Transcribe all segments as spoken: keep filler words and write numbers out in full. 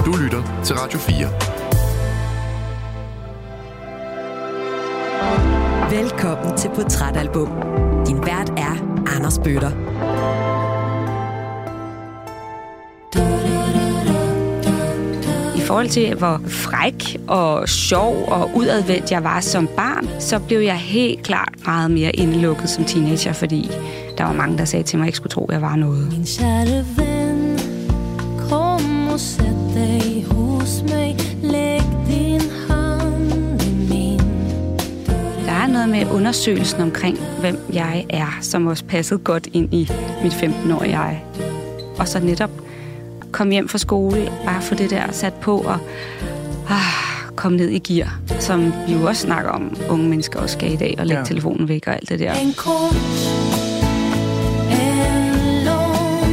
Du lytter til Radio fire. Velkommen til Portrætalbum. Din vært er Anders Bøtter. I forhold til, hvor fræk og sjov og udadvendt jeg var som barn, så blev jeg helt klart meget mere indelukket som teenager, fordi der var mange, der sagde til mig, at jeg ikke skulle tro, at jeg var noget. Min kære ven, kom og sæt dig hos mig, læg din hånd i min. Der er noget med undersøgelsen omkring, hvem jeg er, som også passede godt ind i mit femten-årige jeg. Og så netop komme hjem fra skole, bare få det der sat på og ah, komme ned i gear, som vi jo også snakker om, unge mennesker også skal i dag, og lægge ja. telefonen væk og alt det der. En kort, en lång,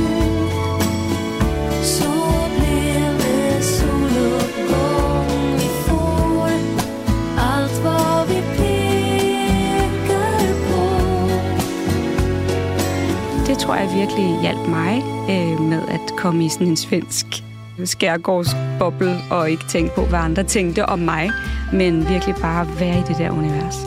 så blev det soluppgång. Vi får allt vad vi pekar på. Det tror jeg virkelig hjalp mig øh, med at komme i sådan en svensk skærgårdsboble og ikke tænke på, hvad andre tænkte om mig, men virkelig bare være i det der univers.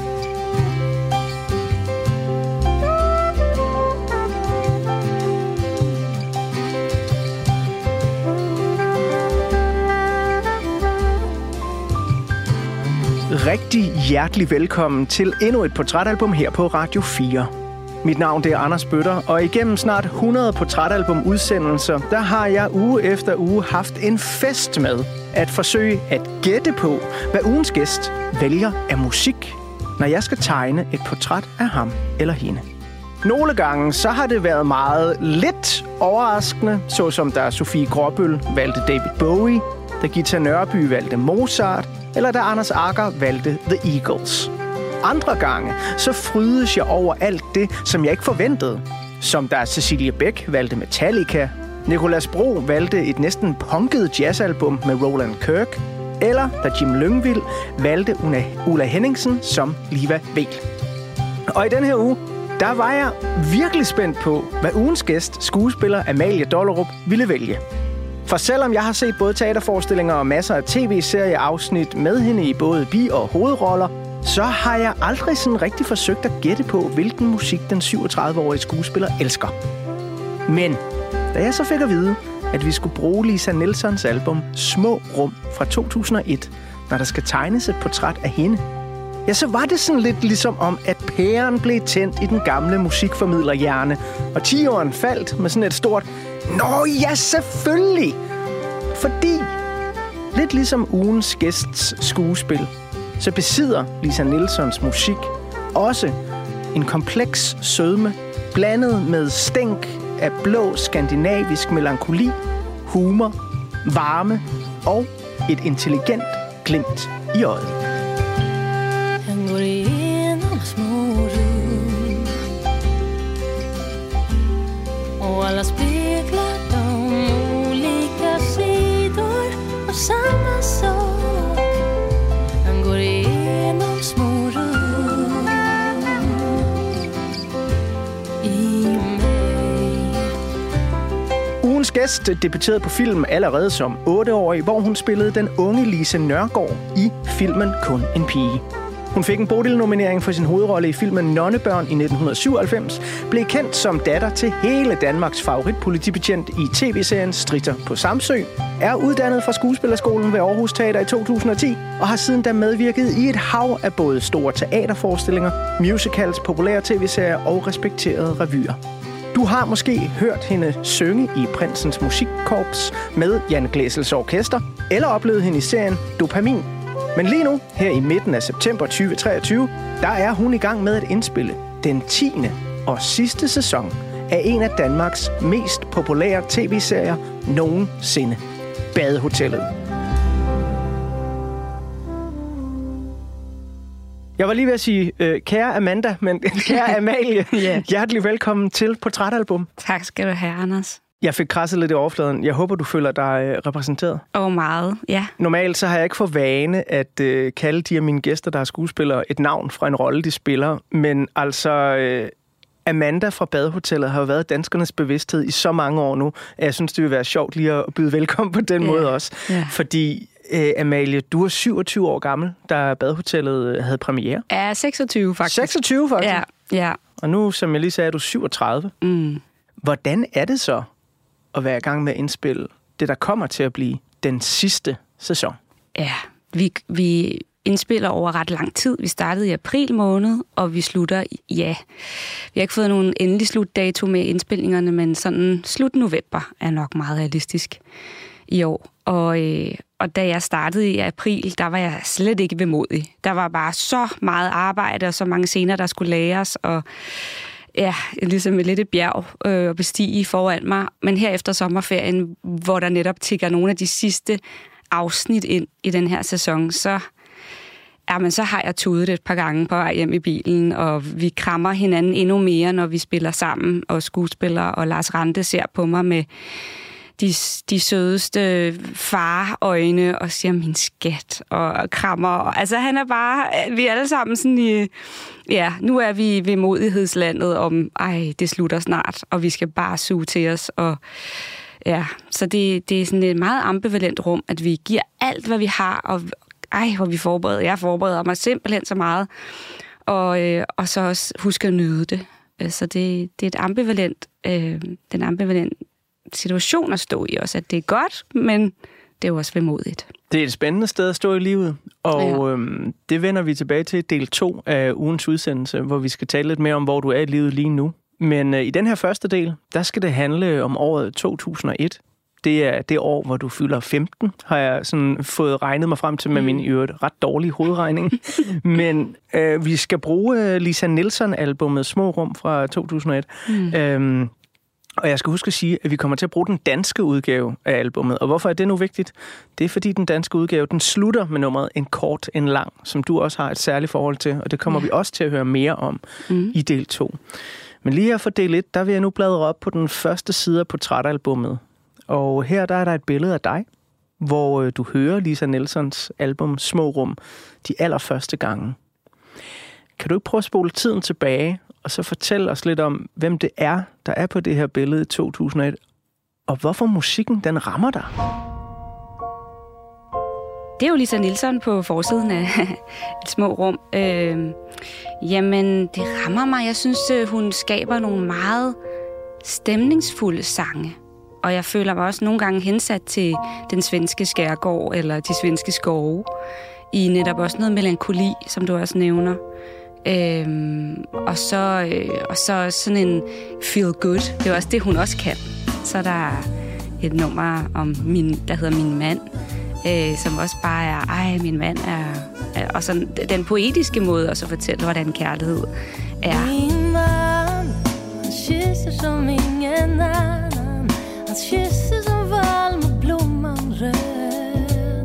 Rigtig hjertelig velkommen til endnu et portrætalbum her på Radio fire. Mit navn det er Anders Bøtter, og igennem snart hundrede portrætalbum-udsendelser, der har jeg uge efter uge haft en fest med at forsøge at gætte på, hvad ugens gæst vælger af musik, når jeg skal tegne et portræt af ham eller hende. Nogle gange så har det været meget lidt overraskende, såsom da Sofie Gråbøl valgte David Bowie, da Gita Nørby valgte Mozart, eller da Anders Agger valgte The Eagles. Andre gange, så frydes jeg over alt det, som jeg ikke forventede. Som da Cecilie Bæk valgte Metallica, Nicolas Bro valgte et næsten punket jazzalbum med Roland Kirk, eller da Jim Lyngvild valgte Ulla Henningsen som Liva Vel. Og i den her uge, der var jeg virkelig spændt på, hvad ugens gæst, skuespiller Amalie Dollerup, ville vælge. For selvom jeg har set både teaterforestillinger og masser af tv-serieafsnit med hende i både bi- og hovedroller, så har jeg aldrig sådan rigtig forsøgt at gætte på, hvilken musik den syvogtredive-årige skuespiller elsker. Men da jeg så fik at vide, at vi skulle bruge Lisa Nilssons album Små Rum fra to tusind og et, når der skal tegnes et portræt af hende, ja, så var det sådan lidt ligesom om, at pæren blev tændt i den gamle musikformidlerhjerne, og tiåren faldt med sådan et stort "Nå ja, selvfølgelig!" Fordi, lidt ligesom ugens gæsts skuespil, så besidder Lisa Nilssons musik også en kompleks sødme, blandet med stænk af blå skandinavisk melankoli, humor, varme og et intelligent glimt i øjet. Han går igenom små rum, og alla speglar de olika sidor av samma sak. Han går igenom små rum i mig. Ugens gæst debuterede på film allerede som otteårig, hvor hun spillede den unge Lise Nørgaard i filmen Kun en pige. Hun fik en Bodil-nominering for sin hovedrolle i filmen Nonnebørn i nitten syvoghalvfems, blev kendt som datter til hele Danmarks favoritpolitibetjent i tv-serien Stritter på Samsø, er uddannet fra Skuespillerskolen ved Aarhus Teater i to tusind og ti, og har siden da medvirket i et hav af både store teaterforestillinger, musicals, populære tv-serier og respekterede revyer. Du har måske hørt hende synge i Prinsens Musikkorps med Jan Glæsels Orkester, eller oplevet hende i serien Dopamin. Men lige nu, her i midten af september tyve treogtyve, der er hun i gang med at indspille den tiende og sidste sæson af en af Danmarks mest populære tv-serier nogensinde, Badehotellet. Jeg var lige ved at sige, øh, kære Amanda, men kære Amalie, yeah. Hjertelig velkommen til Portrætalbum. Tak skal du have, Anders. Jeg fik krasset lidt i overfladen. Jeg håber, du føler dig øh, repræsenteret. Og meget, ja. Normalt så har jeg ikke for vane at øh, kalde de af mine gæster, der er skuespillere, et navn fra en rolle, de spiller. Men altså, øh, Amanda fra Badehotellet har jo været danskernes bevidsthed i så mange år nu, at jeg synes, det vil være sjovt lige at byde velkommen på den yeah. måde også. Yeah. Fordi, øh, Amalie, du er syvogtyve år gammel, da Badehotellet havde premiere. Ja, seksogtyve faktisk. seksogtyve faktisk? Ja, ja. Og nu, som jeg lige sagde, er du syvogtredive. Mm. Hvordan er det så at være i gang med at indspille det, der kommer til at blive den sidste sæson? Ja, vi, vi indspiller over ret lang tid. Vi startede i april måned, og vi slutter, ja, vi har ikke fået nogen endelig slutdato med indspilningerne, men sådan slut november er nok meget realistisk i år. Og, øh, og da jeg startede i april, der var jeg slet ikke vemodig. Der var bare så meget arbejde og så mange scener, der skulle læres, og ja, ligesom et lidt et bjerg øh, at bestige foran mig. Men her efter sommerferien, hvor der netop tikker nogle af de sidste afsnit ind i den her sæson, så, ja, men så har jeg tudet et par gange på vej hjem i bilen, og vi krammer hinanden endnu mere, når vi spiller sammen, og skuespillere og Lars Rante ser på mig med de, de sødeste farøjne og siger, min skat, og krammer. Altså, han er bare, vi er alle sammen sådan i, ja, nu er vi ved modighedslandet om, ej, det slutter snart, og vi skal bare suge til os, og ja, så det, det er sådan et meget ambivalent rum, at vi giver alt, hvad vi har, og ej, hvor vi forbereder, jeg forbereder mig simpelthen så meget, og, øh, og så også huske at nyde det. Så det, det er et ambivalent, øh, den ambivalent situation at stå i også, at det er godt, men det er jo også vemodigt. Det er et spændende sted at stå i livet, og ja. øhm, det vender vi tilbage til del to af ugens udsendelse, hvor vi skal tale lidt mere om, hvor du er i livet lige nu. Men øh, i den her første del, der skal det handle om året to tusind og et. Det er det år, hvor du fylder femten, har jeg sådan fået regnet mig frem til med mm. min i øvrigt ret dårlige hovedregning. Men øh, vi skal bruge øh, Lisa Nilsson-albummet Små Rum fra to tusind og et. Mm. Øhm, Og jeg skal huske at sige, at vi kommer til at bruge den danske udgave af albummet. Og hvorfor er det nu vigtigt? Det er fordi den danske udgave, den slutter med nummeret En kort, en lang, som du også har et særligt forhold til. Og det kommer ja. vi også til at høre mere om mm. i del to. Men lige her for del et, der vil jeg nu bladre op på den første side af portrætalbummet. Og her der er der et billede af dig, hvor du hører Lisa Nilssons album Små Rum de allerførste gange. Kan du ikke prøve at spole tiden tilbage, og så fortælle os lidt om, hvem det er, der er på det her billede i to tusind og et, og hvorfor musikken, den rammer dig? Det er jo Lisa Nilsson på forsiden af Et Små Rum. Øh, jamen, det rammer mig. Jeg synes, hun skaber nogle meget stemningsfulde sange. Og jeg føler mig også nogle gange hensat til den svenske skærgård, eller de svenske skove, i netop også noget melankoli, som du også nævner. Øhm, og, så, øh, og så sådan en feel good. Det er også det, hun også kan. Så der er et nummer om min, der hedder Min Mand, øh, som også bare er, ej, min mand er... er og sådan den poetiske måde også at fortælle, hvordan kærlighed er. Min mand, han kysser som ingen annan. Han kysser som valm och blomman röd.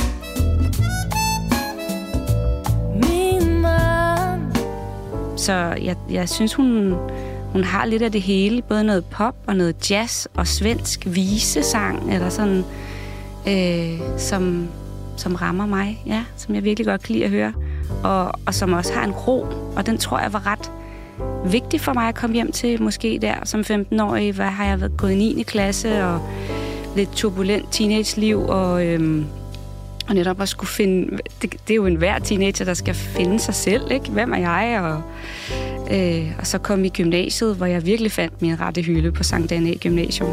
Min mand. Så jeg, jeg synes, hun, hun har lidt af det hele. Både noget pop og noget jazz og svensk visesang, eller sådan, øh, som, som rammer mig, ja, som jeg virkelig godt kan lide at høre. Og, og som også har en ro, og den tror jeg var ret vigtig for mig at komme hjem til, måske der som femten-årig. Hvad har jeg været gået i niende klasse, og lidt turbulent teenage-liv, og... Øhm, Og netop at skulle finde... Det, det er jo enhver teenager, der skal finde sig selv, ikke? Hvem er jeg? Og, øh, og så kom i gymnasiet, hvor jeg virkelig fandt min rette hylde på Sankt Annæ Gymnasium.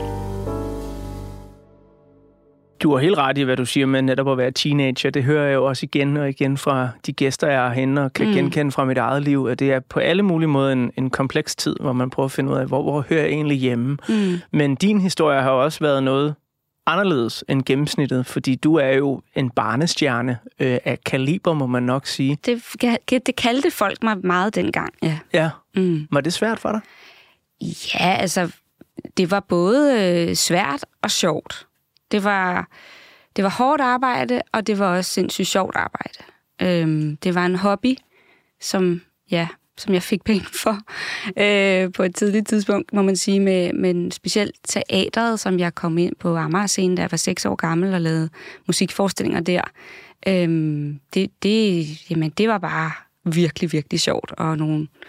Du har helt ret i, hvad du siger med netop at være teenager. Det hører jeg jo også igen og igen fra de gæster, jeg har henne, og kan mm. genkende fra mit eget liv, at det er på alle mulige måder en, en kompleks tid, hvor man prøver at finde ud af, hvor, hvor hører jeg egentlig hjemme. Mm. Men din historie har også været noget anderledes end gennemsnittet, fordi du er jo en barnestjerne øh, af kaliber, må man nok sige. Det, det kaldte folk mig meget dengang, ja. Ja. Mm. Var det svært for dig? Ja, altså, det var både øh, svært og sjovt. Det var, det var hårdt arbejde, og det var også sindssygt sjovt arbejde. Øhm, det var en hobby, som, ja, som jeg fik penge for øh, på et tidligt tidspunkt, må man sige, med, med specielt teateret, som jeg kom ind på Amager-scenen, da jeg var seks år gammel og lavede musikforestillinger der. Øhm, det, det, jamen, det var bare virkelig, virkelig sjovt, og nogle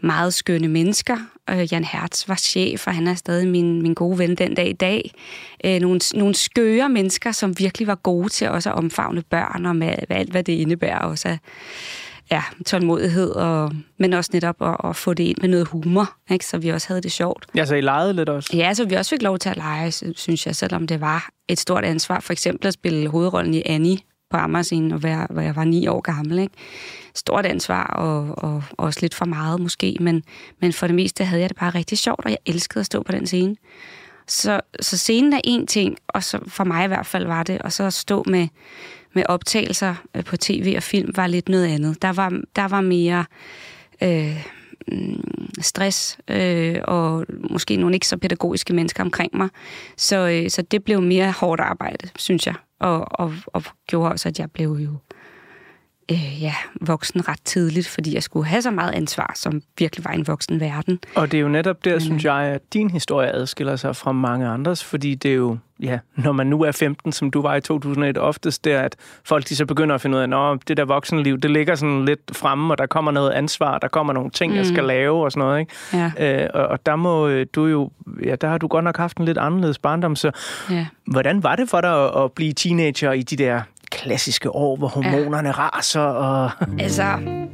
meget skønne mennesker. Øh, Jan Hertz var chef, og han er stadig min, min gode ven den dag i dag. Øh, nogle, nogle skøre mennesker, som virkelig var gode til også at omfavne børn, og med alt, hvad det indebærer også af ja, tålmodighed, og, men også netop at, at få det ind med noget humor, ikke? Så vi også havde det sjovt. Ja, så I legede lidt også? Ja, så vi også fik lov til at lege, synes jeg, selvom det var et stort ansvar. For eksempel at spille hovedrollen i Annie på Amagerscenen, hvor jeg var ni år gammel, ikke? Stort ansvar, og, og også lidt for meget måske, men, men for det meste havde jeg det bare rigtig sjovt, og jeg elskede at stå på den scene. Så, så scenen er en ting, og så for mig i hvert fald var det, og så at stå med, med optagelser på tv og film var lidt noget andet. Der var, der var mere øh, stress, øh, og måske nogle ikke så pædagogiske mennesker omkring mig. Så, øh, så det blev mere hårdt arbejde, synes jeg, og, og, og gjorde også, at jeg blev jo Øh, ja, voksen ret tidligt, fordi jeg skulle have så meget ansvar, som virkelig var en voksen verden. Og det er jo netop der, Men, synes jeg, at din historie adskiller sig fra mange andres, fordi det er jo, ja, når man nu er femten, som du var i to tusind og et, oftest der, at folk de så begynder at finde ud af, at det der voksenliv, det ligger sådan lidt fremme, og der kommer noget ansvar, der kommer nogle ting, mm. jeg skal lave og sådan noget, ikke? Ja. Øh, og, og der må du jo, ja, der har du godt nok haft en lidt anderledes barndom, så ja. Hvordan var det for dig at, at blive teenager i de der klassiske år, hvor hormonerne ja. raser og... Altså,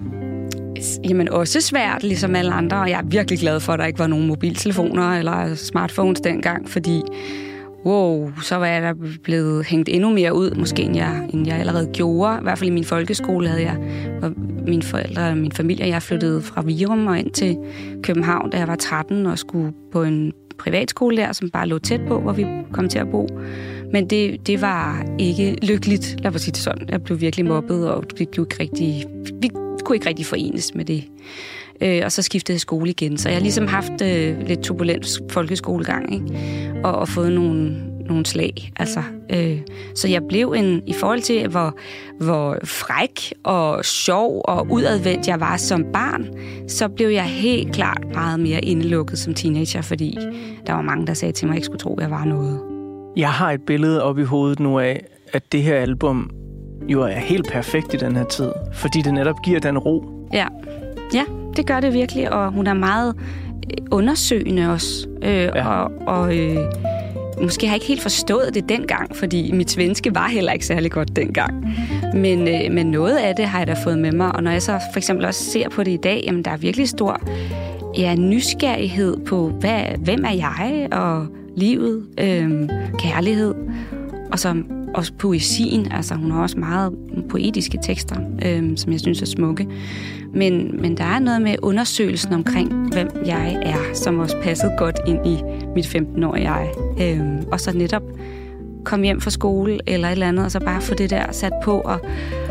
jamen også svært, ligesom alle andre, og jeg er virkelig glad for, at der ikke var nogen mobiltelefoner eller smartphones dengang, fordi wow, så var jeg da blevet hængt endnu mere ud, måske end jeg, end jeg allerede gjorde. I hvert fald i min folkeskole havde jeg, hvor mine forældre og min familie, jeg flyttede fra Virum og ind til København, da jeg var tretten, og skulle på en privatskole der, som bare lå tæt på, hvor vi kom til at bo. Men det, det var ikke lykkeligt, lad mig sige det sådan. Jeg blev virkelig mobbet, og vi kunne ikke rigtig, vi kunne ikke rigtig forenes med det. Øh, og så skiftede jeg skole igen. Så jeg har ligesom haft øh, lidt turbulent folkeskolegang, ikke? Og, og fået nogle, nogle slag. Altså, øh, så jeg blev en, i forhold til, hvor, hvor fræk og sjov og udadvendt jeg var som barn, så blev jeg helt klart meget mere indelukket som teenager, fordi der var mange, der sagde til mig, at jeg ikke skulle tro, at jeg var noget. Jeg har et billede op i hovedet nu af, at det her album jo er helt perfekt i den her tid, fordi det netop giver den ro. Ja, ja, det gør det virkelig, og hun er meget undersøgende også, øh, ja. og, og øh, måske har jeg ikke helt forstået det dengang, fordi mit svenske var heller ikke særlig godt dengang. Men, øh, men noget af det har jeg da fået med mig, og når jeg så for eksempel også ser på det i dag, jamen der er virkelig stor ja, nysgerrighed på, hvad, hvem er jeg, og livet, øh, kærlighed, og så også poesien. Altså, hun har også meget poetiske tekster, øh, som jeg synes er smukke. Men, men der er noget med undersøgelsen omkring, hvem jeg er, som også passede godt ind i mit femten-årige jeg. Øh, og så netop komme hjem fra skole eller et eller andet, og så bare få det der sat på og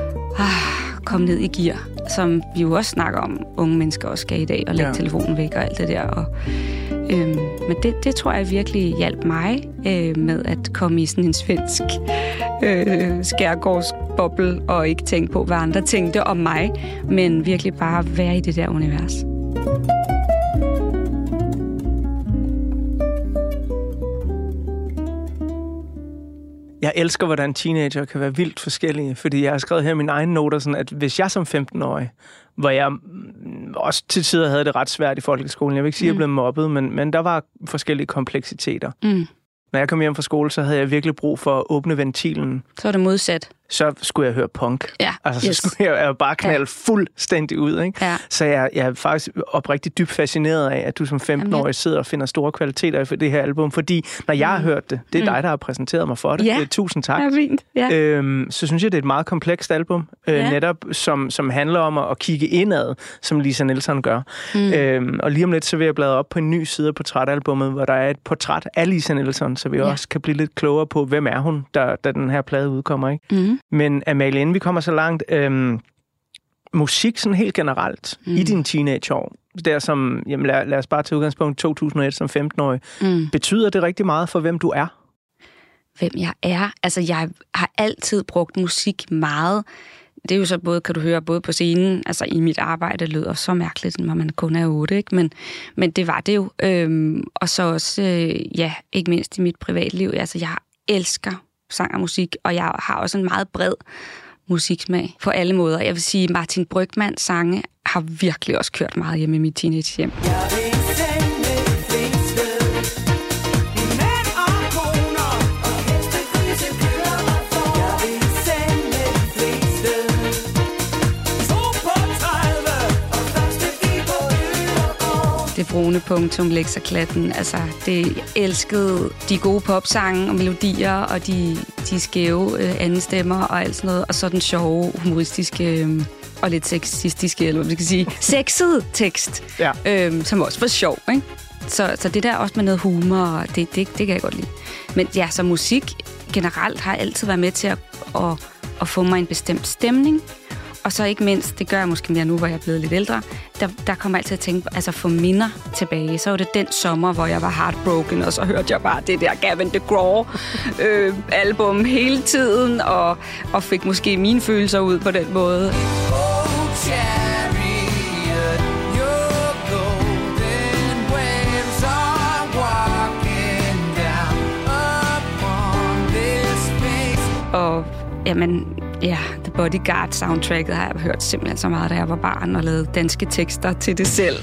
ah, komme ned i gear, som vi jo også snakker om, unge mennesker også skal i dag, og lægge ja. telefonen væk og alt det der. Og, øh, men det, det tror jeg virkelig hjalp mig øh, med at komme i sådan en svensk øh, skærgårdsboble og ikke tænke på, hvad andre tænkte om mig, men virkelig bare være i det der univers. Jeg elsker, hvordan teenager kan være vildt forskellige, fordi jeg har skrevet her mine egne noter, sådan at hvis jeg som femten-årig, hvor jeg også til tider havde det ret svært i folkeskolen, jeg vil ikke sige, at jeg blev mobbet, men, men der var forskellige kompleksiteter. Mm. Når jeg kom hjem fra skole, så havde jeg virkelig brug for at åbne ventilen. Så er det modsat. Så skulle jeg høre punk. Ja, altså, så yes. skulle jeg, jeg bare knalde ja. fuldstændig ud. Ikke? Ja. Så jeg, jeg er faktisk oprigtigt dybt fascineret af, at du som femten-årig sidder og finder store kvaliteter for det her album. Fordi når jeg har hørt det, det er mm. dig, der har præsenteret mig for det. Ja. Det er, tusind tak. Ja, fint. Ja. Øhm, så synes jeg, det er et meget komplekst album. Øh, ja. Netop som, som handler om at, at kigge indad, som Lisa Nilsson gør. Mm. Øhm, og lige om lidt, så vil jeg bladre op på en ny side af portrætalbummet, hvor der er et portræt af Lisa Nilsson, så vi ja. også kan blive lidt klogere på, hvem er hun, da, da den her plade udkommer. Ikke? Mm. Men Amalie, inden vi kommer så langt, øhm, musik sådan helt generelt mm. i dine teenageår, der som, jamen lad, lad os bare tage udgangspunkt to tusind og et som femten-årig, mm. betyder det rigtig meget for, hvem du er? Hvem jeg er? Altså, jeg har altid brugt musik meget. Det er jo så både, kan du høre, både på scenen, altså i mit arbejde lyder så mærkeligt, når man kun er otte, ikke? Men, men det var det jo. Øhm, og så også, øh, ja, ikke mindst i mit privatliv. Altså, jeg elsker sang og musik, og jeg har også en meget bred musiksmag på alle måder. Jeg vil sige, Martin Brygmanns sange har virkelig også kørt meget hjemme i mit teenagehjem. Det brune punktum, lekserklatten. Altså, det jeg elskede de gode popsange og melodier, og de, de skæve øh, anden stemmer og alt sådan noget. Og så den sjove, humoristiske øh, og lidt sexistiske, eller hvad man skal sige, sexede tekst, ja. øh, som også var sjov, ikke? Så, så det der også med noget humor, det, det, det kan jeg godt lide. Men ja, så musik generelt har altid været med til at, at, at få mig en bestemt stemning. Og så ikke mindst, det gør jeg måske mere nu, hvor jeg er blevet lidt ældre, der, der kommer jeg altid at tænke på, altså få minder tilbage. Så var det den sommer, hvor jeg var heartbroken, og så hørte jeg bare det der Gavin DeGraw øh, album hele tiden, og, og fik måske mine følelser ud på den måde. Og jamen, ja, The Bodyguard-soundtracket har jeg hørt simpelthen så meget, da jeg var barn, og lavede danske tekster til det selv.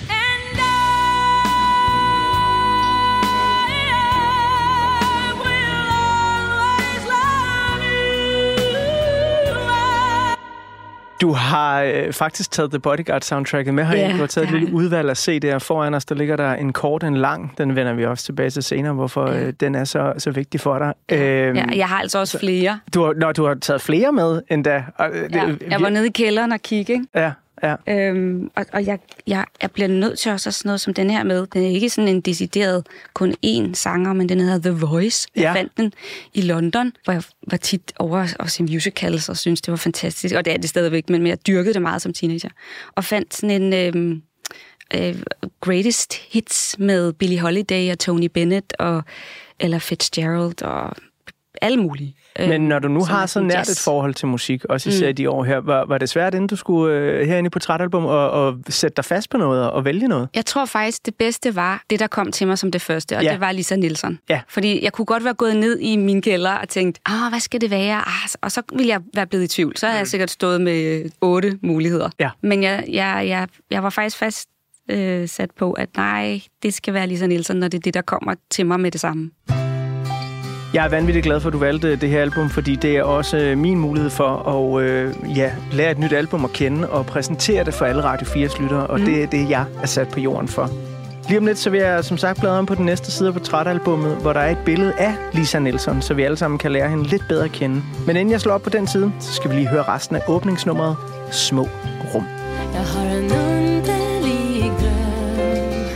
Du har øh, faktisk taget The Bodyguard-soundtracket med herinde. Yeah, du har taget et lille udvalg at se der foran os. Der ligger der en kort, en lang. Den vender vi også tilbage til senere, hvorfor yeah. øh, den er så, så vigtig for dig. Øhm, ja, jeg har altså også flere. Du har, når du har taget flere med endda. Og, ja, det, jeg var nede i kælderen og kigge, ikke? Ja. Ja. Øhm, og og jeg, jeg, jeg bliver nødt til også sådan noget som den her med. Den er ikke sådan en decideret kun én sanger, men den hedder The Voice. Jeg ja. fandt den i London, hvor jeg var tit over at se musicals og synes det var fantastisk. Og det er det stadigvæk, men jeg dyrkede det meget som teenager. Og fandt sådan en øhm, øh, greatest hits med Billie Holiday og Tony Bennett og Ella Fitzgerald og alle mulige. Men når du nu har så nært jazz. et forhold til musik, også især mm. de år her, var, var det svært, inden du skulle øh, herinde i Portrætalbum og, og sætte dig fast på noget og vælge noget? Jeg tror faktisk, det bedste var det, der kom til mig som det første, og ja. det var Lisa Nilsson. Ja. Fordi jeg kunne godt være gået ned i min kælder og tænkt, ah, hvad skal det være? Ah, og så ville jeg være blevet i tvivl. Så havde mm. jeg sikkert stået med otte muligheder. Ja. Men jeg, jeg, jeg, jeg var faktisk fast øh, sat på, at nej, det skal være Lisa Nilsson, når det er det, der kommer til mig med det samme. Jeg er vanvittigt glad for, at du valgte det her album, fordi det er også min mulighed for at øh, ja, lære et nyt album at kende og præsentere det for alle Radio fires lyttere, og mm. det er det, jeg er sat på jorden for. Lige om lidt, så vil jeg som sagt bladre om på den næste side af portrætalbummet, hvor der er et billede af Lisa Nilsson, så vi alle sammen kan lære hende lidt bedre at kende. Men inden jeg slår op på den side, så skal vi lige høre resten af åbningsnummeret Små Rum. Jeg har en underlig drøm,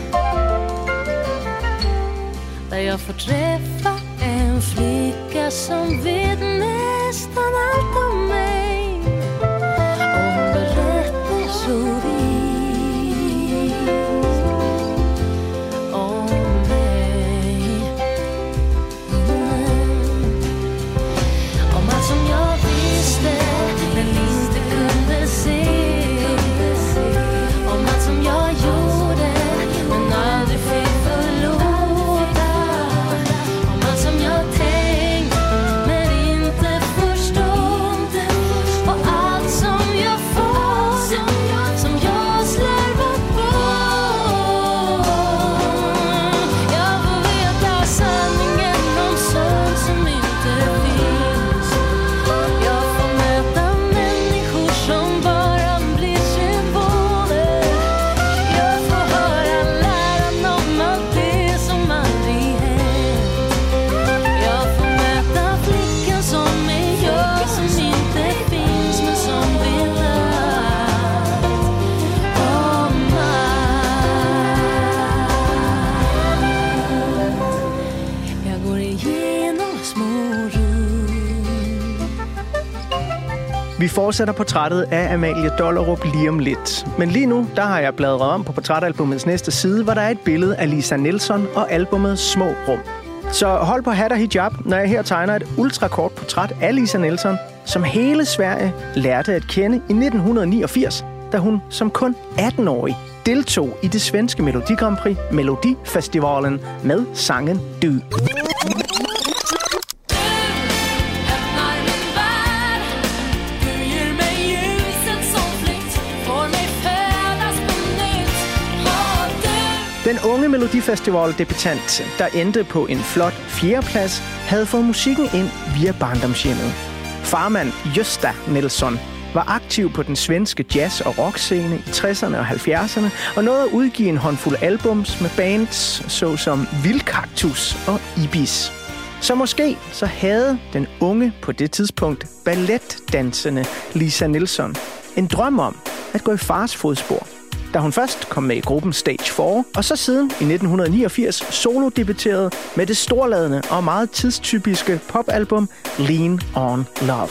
der jeg får träffa en flicka som vet nästan allt om mig, och hon berättar så vis om mig, om allt som jag visste men inte kunde se, om allt som jag gjorde men aldrig fick förlåta, om allt som jag tänkt men inte förstått, och allt som jag får, som jag slarvat bort. Jag får veta sanningen om sånt som inte finns. Jag får möta människor som bara blir symboler. Jag får höra läran om allt det som aldrig hänt. Jag får möta flickan som är jag, som inte finns men som vill allt om allt. Jag går igenom små rum. Vi fortsætter portrættet af Amalie Dollerup lige om lidt. Men lige nu, der har jeg bladret om på portrætalbummets næste side, hvor der er et billede af Lisa Nilsson og albummet Små Rum. Så hold på hat og hijab, når jeg her tegner et ultrakort portræt af Lisa Nilsson, som hele Sverige lærte at kende i nitten niogfirs, da hun som kun atten-årig deltog i det svenske Melodi Grand Prix Melodifestivalen med sangen Du. Öppnar min värld, du ger mig ljuset som flykt, får mig föda unge Melodifestival-debutant, der endte på en flot fjerdeplads, havde fået musikken ind via barndomshjemmet. Farmand Gösta Nilsson var aktiv på den svenske jazz- og rockscene i tresserne og halvfjerdserne og nåede at udgive en håndfuld albums med bands såsom Vildkaktus og Ibis. Så måske så havde den unge på det tidspunkt balletdansende Lisa Nilsson en drøm om at gå i fars fodspor, da hun først kom med i gruppen Stage fire, og så siden i nitten niogfirs solo-debuterede med det storladende og meget tidstypiske popalbum Lean on Love.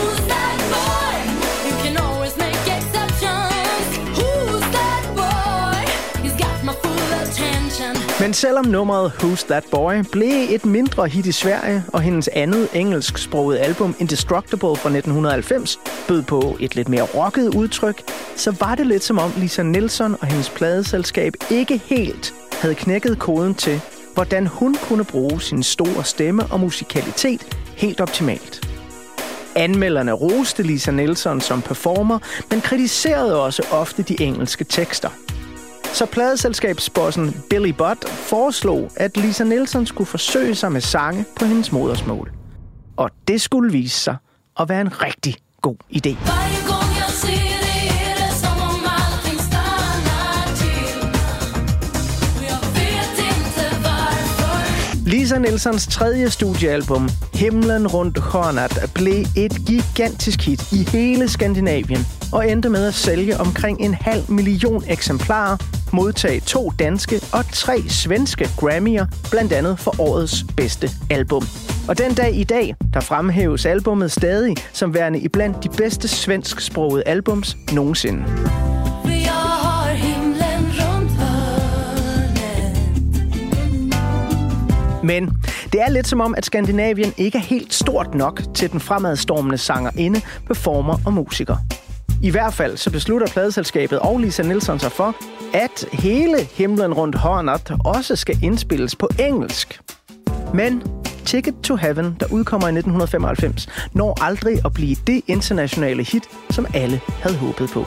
Men selvom nummeret Who's That Boy blev et mindre hit i Sverige, og hendes andet engelsksprogede album Indestructible fra nitten halvfems bød på et lidt mere rocket udtryk, så var det lidt som om Lisa Nilsson og hendes pladeselskab ikke helt havde knækket koden til, hvordan hun kunne bruge sin store stemme og musikalitet helt optimalt. Anmelderne roste Lisa Nilsson som performer, men kritiserede også ofte de engelske tekster. Så pladeselskabsbossen Billy Budd foreslog, at Lisa Nilsson skulle forsøge sig med sange på hendes modersmål. Og det skulle vise sig at være en rigtig god idé. Lisa Nilssons tredje studiealbum, Himlen rundt hörnet, blev et gigantisk hit i hele Skandinavien og endte med at sælge omkring en halv million eksemplarer, modtage to danske og tre svenske Grammy'er, blandt andet for årets bedste album. Og den dag i dag, der fremhæves albummet stadig som værende iblandt de bedste svensksprogede albums nogensinde. Men det er lidt som om, at Skandinavien ikke er helt stort nok til den fremadstormende sangerinde, performer og musiker. I hvert fald så beslutter pladeselskabet og Lisa Nilsson sig for, at hele Himlen rundt hörnet også skal indspilles på engelsk. Men Ticket to Heaven, der udkommer i nitten femoghalvfems, når aldrig at blive det internationale hit, som alle havde håbet på.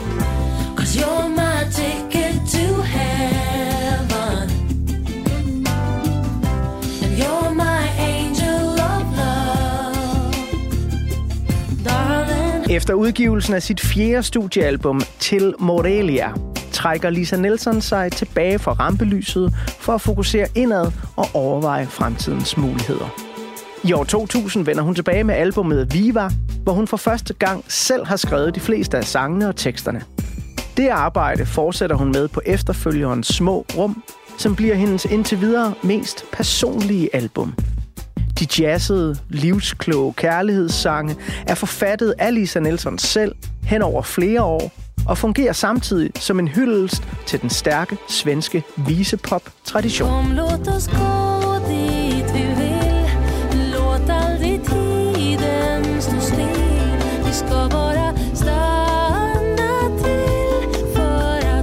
Efter udgivelsen af sit fjerde studiealbum Til Morelia, trækker Lisa Nilsson sig tilbage fra rampelyset for at fokusere indad og overveje fremtidens muligheder. I år to tusind vender hun tilbage med albumet Viva, hvor hun for første gang selv har skrevet de fleste af sangene og teksterne. Det arbejde fortsætter hun med på efterfølgerens Små Rum, som bliver hendes indtil videre mest personlige album. De jazzede, livskloge kærlighedssange er forfattet af Lisa Nilsson selv hen over flere år og fungerer samtidig som en hyldest til den stærke svenske visepop-tradition. Kom, låt os gå dit vi vil. Låt aldrig tiden stå still. Vi ska bara stanna till för att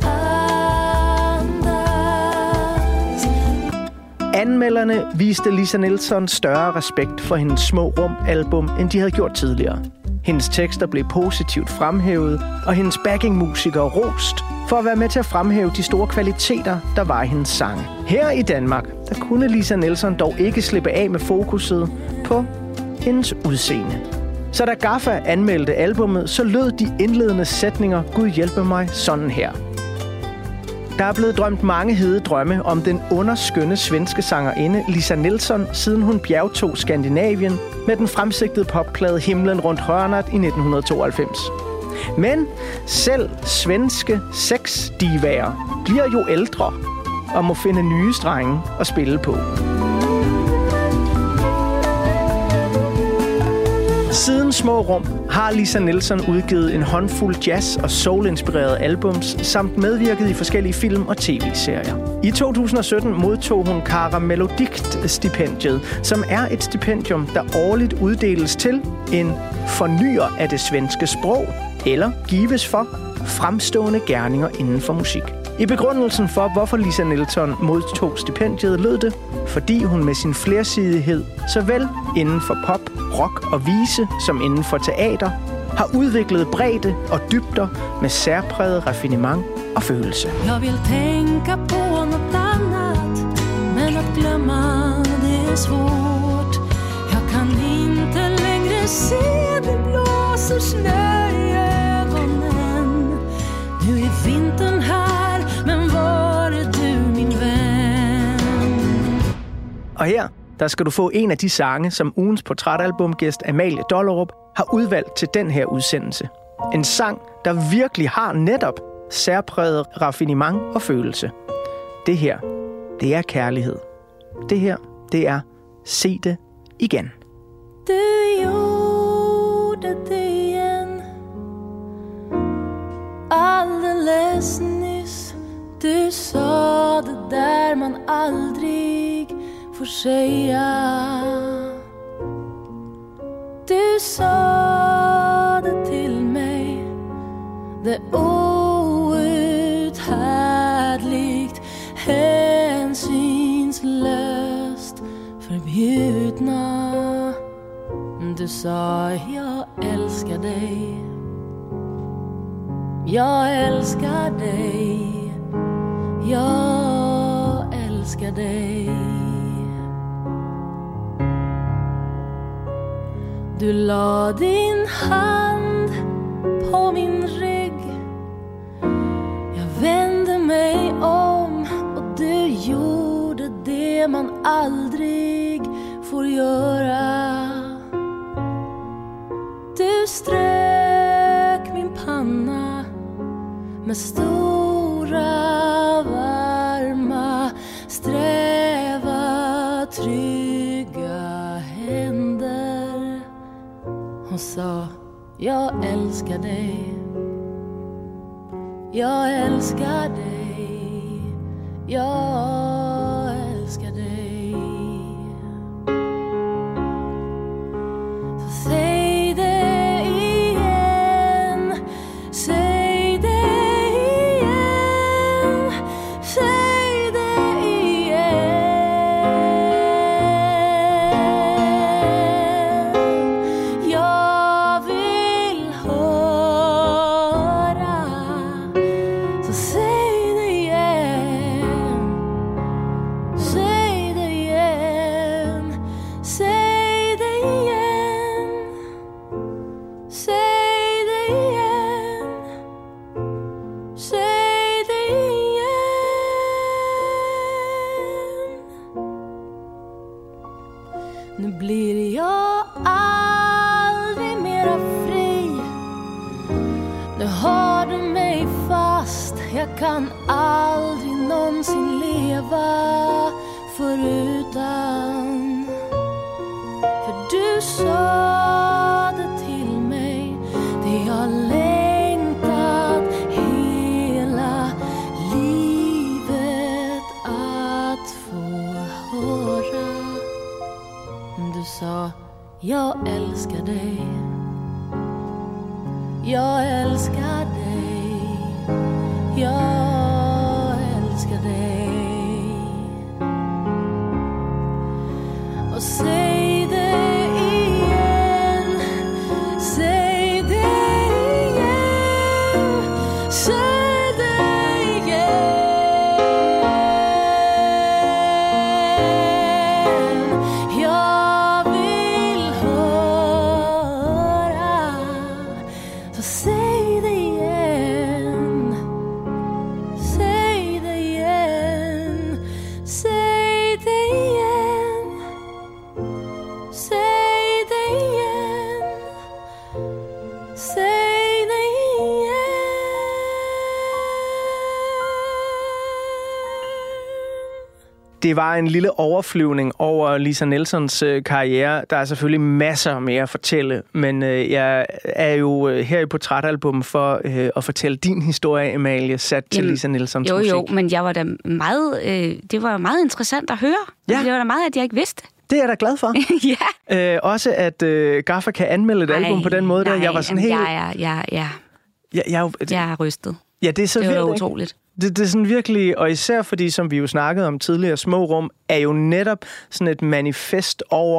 andas. Anmelderne viste Lisa Nilsson større respekt for hendes Små Rum-album, end de havde gjort tidligere. Hendes tekster blev positivt fremhævet, og hendes backingmusikere rost for at være med til at fremhæve de store kvaliteter, der var i hendes sange. Her i Danmark, der kunne Lisa Nilsson dog ikke slippe af med fokuset på hendes udseende. Så da Gaffa anmeldte albummet, så lød de indledende sætninger Gud hjælpe mig sådan her. Der er blevet drømt mange hede drømme om den underskønne svenske sangerinde Lisa Nilsson, siden hun bjergtog Skandinavien med den fremsigtede popplade Himlen rundt hörnet i nitten tooghalvfems. Men selv svenske sexdivaer bliver jo ældre og må finde nye strenge at spille på. Siden Små Rum har Lisa Nilsson udgivet en håndfuld jazz- og soul-inspirerede albums, samt medvirket i forskellige film- og tv-serier. I to tusind og sytten modtog hun Kara Melodikt-stipendiet, som er et stipendium, der årligt uddeles til en fornyer af det svenske sprog, eller gives for fremstående gerninger inden for musik. I begrundelsen for, hvorfor Lisa Nilsson modtog stipendiet, lød det, fordi hun med sin flersidighed, såvel inden for pop, rock og vise, som inden for teater, har udviklet bredde og dybder med særpræget raffinement og følelse. Jag vill tänka på något annat. det svårt. Jag kan inte längre se, det blåser snö i ögonen. Nu är vintern här, men var är du min vän? Og her, der skal du få en af de sange, som ugens portrætalbumgæst Amalie Dollerup har udvalgt til den her udsendelse. En sang, der virkelig har netop særpræget raffinement og følelse. Det her, det er kærlighed. Det her, det er Se det igen. Du gjorde det igen. Alldeles nyss. Du sa det där man aldrig får säga. Du sa det till mig. Det outhärdligt hänsynslöst förbjudna. Du sa jag älskar dig. Jag älskar dig. Jag älskar dig. Du la din hand på min rygg. Jag vände mig om och du gjorde det man aldrig får göra. Du strök min panna med stora, varma, sträva, trygga händer. Hon sa, jag älskar dig. Jag älskar dig. Jag älskar dig. Så säg det igen. Säg det igen. Säg det igen. Jag vill höra. Så säg det igen. Säg det igen. Säg det igen. Säg det igen. Säg det igen. Nu blir jag aldrig mera fri. Nu har du mig fast. Jag kan aldrig någonsin leva förutan. För du sa det till mig. Det jag längtat hela livet att få höra. Du sa, jag älskar dig. Jag älskar dig. Jag älskar dig. Och säg det igen. Säg det igen. Säg det igen. Jag vill höra. Så säg det igen. Säg det igen. Säg det igen. Säg det igen. Säg det igen. Det var en lille overflyvning over Lisa Nelsons øh, karriere. Der er selvfølgelig masser mere at fortælle, men øh, jeg er jo øh, her i portrætalbum for øh, at fortælle din historie, Amalie, sat til Jamen, Lisa Nelsons Jo, musik. jo, men jeg var da meget, øh, det var meget interessant at høre. Ja. Det var da meget, at jeg ikke vidste. Det er jeg da glad for. Ja. Øh, også at øh, Gaffa kan anmelde et Ej, album på den måde, der nej, jeg var sådan jamen, helt... Jeg er, jeg, jeg, Jeg, jeg, jeg er rystet. ja, det er så Det var vildt, da ikke? utroligt. Det, det er sådan virkelig, og især fordi, som vi jo snakkede om tidligere, Små Rum er jo netop sådan et manifest over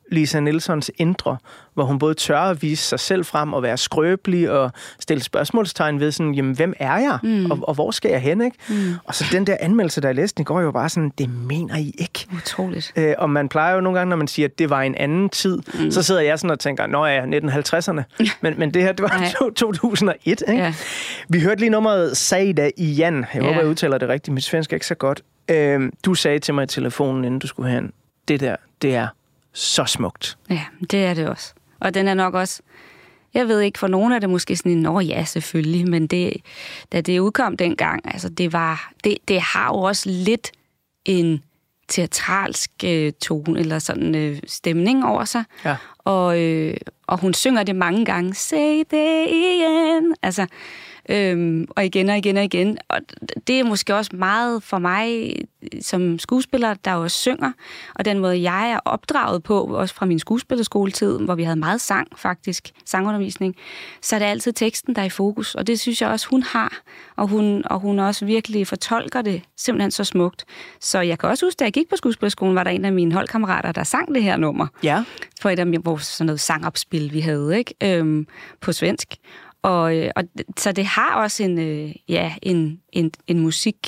Lisa Nilssons indre, hvor hun både tør at vise sig selv frem og være skrøbelig og stille spørgsmålstegn ved sådan, jamen, hvem er jeg? Mm. Og, og hvor skal jeg hen, ikke? Mm. Og så den der anmeldelse, der jeg læste, den går jo bare sådan, det mener I ikke. Utroligt. Øh, og man plejer jo nogle gange, når man siger, at det var en anden tid, mm. så sidder jeg sådan og tænker, nå ja, nitten halvtredserne. men, men det her, det var to tusind og et, ikke? Ja. Vi hørte lige nummeret Saida i Jan. Jeg håber, ja. jeg udtaler det rigtigt. Mit svensk er ikke så godt. Øh, du sagde til mig i telefonen, inden du skulle hen, det der, det er så smukt. Ja, det er det også. Og den er nok også, jeg ved ikke, for nogen er det måske sådan en, nå ja, selvfølgelig, men det, da det udkom dengang, altså det var, det, det har jo også lidt en teatralsk øh, tone, eller sådan øh, stemning over sig. Ja. Og, øh, og hun synger det mange gange, say det igen, altså, Øhm, og igen og igen og igen. Og det er måske også meget for mig som skuespiller, der jo også synger, og den måde, jeg er opdraget på, også fra min skuespillerskoletid, hvor vi havde meget sang, faktisk, sangundervisning, så er det altid teksten, der er i fokus, og det synes jeg også, hun har, og hun, og hun også virkelig fortolker det simpelthen så smukt. Så jeg kan også huske, da jeg gik på skuespillerskolen, var der en af mine holdkammerater, der sang det her nummer. Ja. For et af vores sådan noget sangopspil, vi havde, ikke? Øhm, på svensk. Og, og så det har også en, øh, ja, en, en, en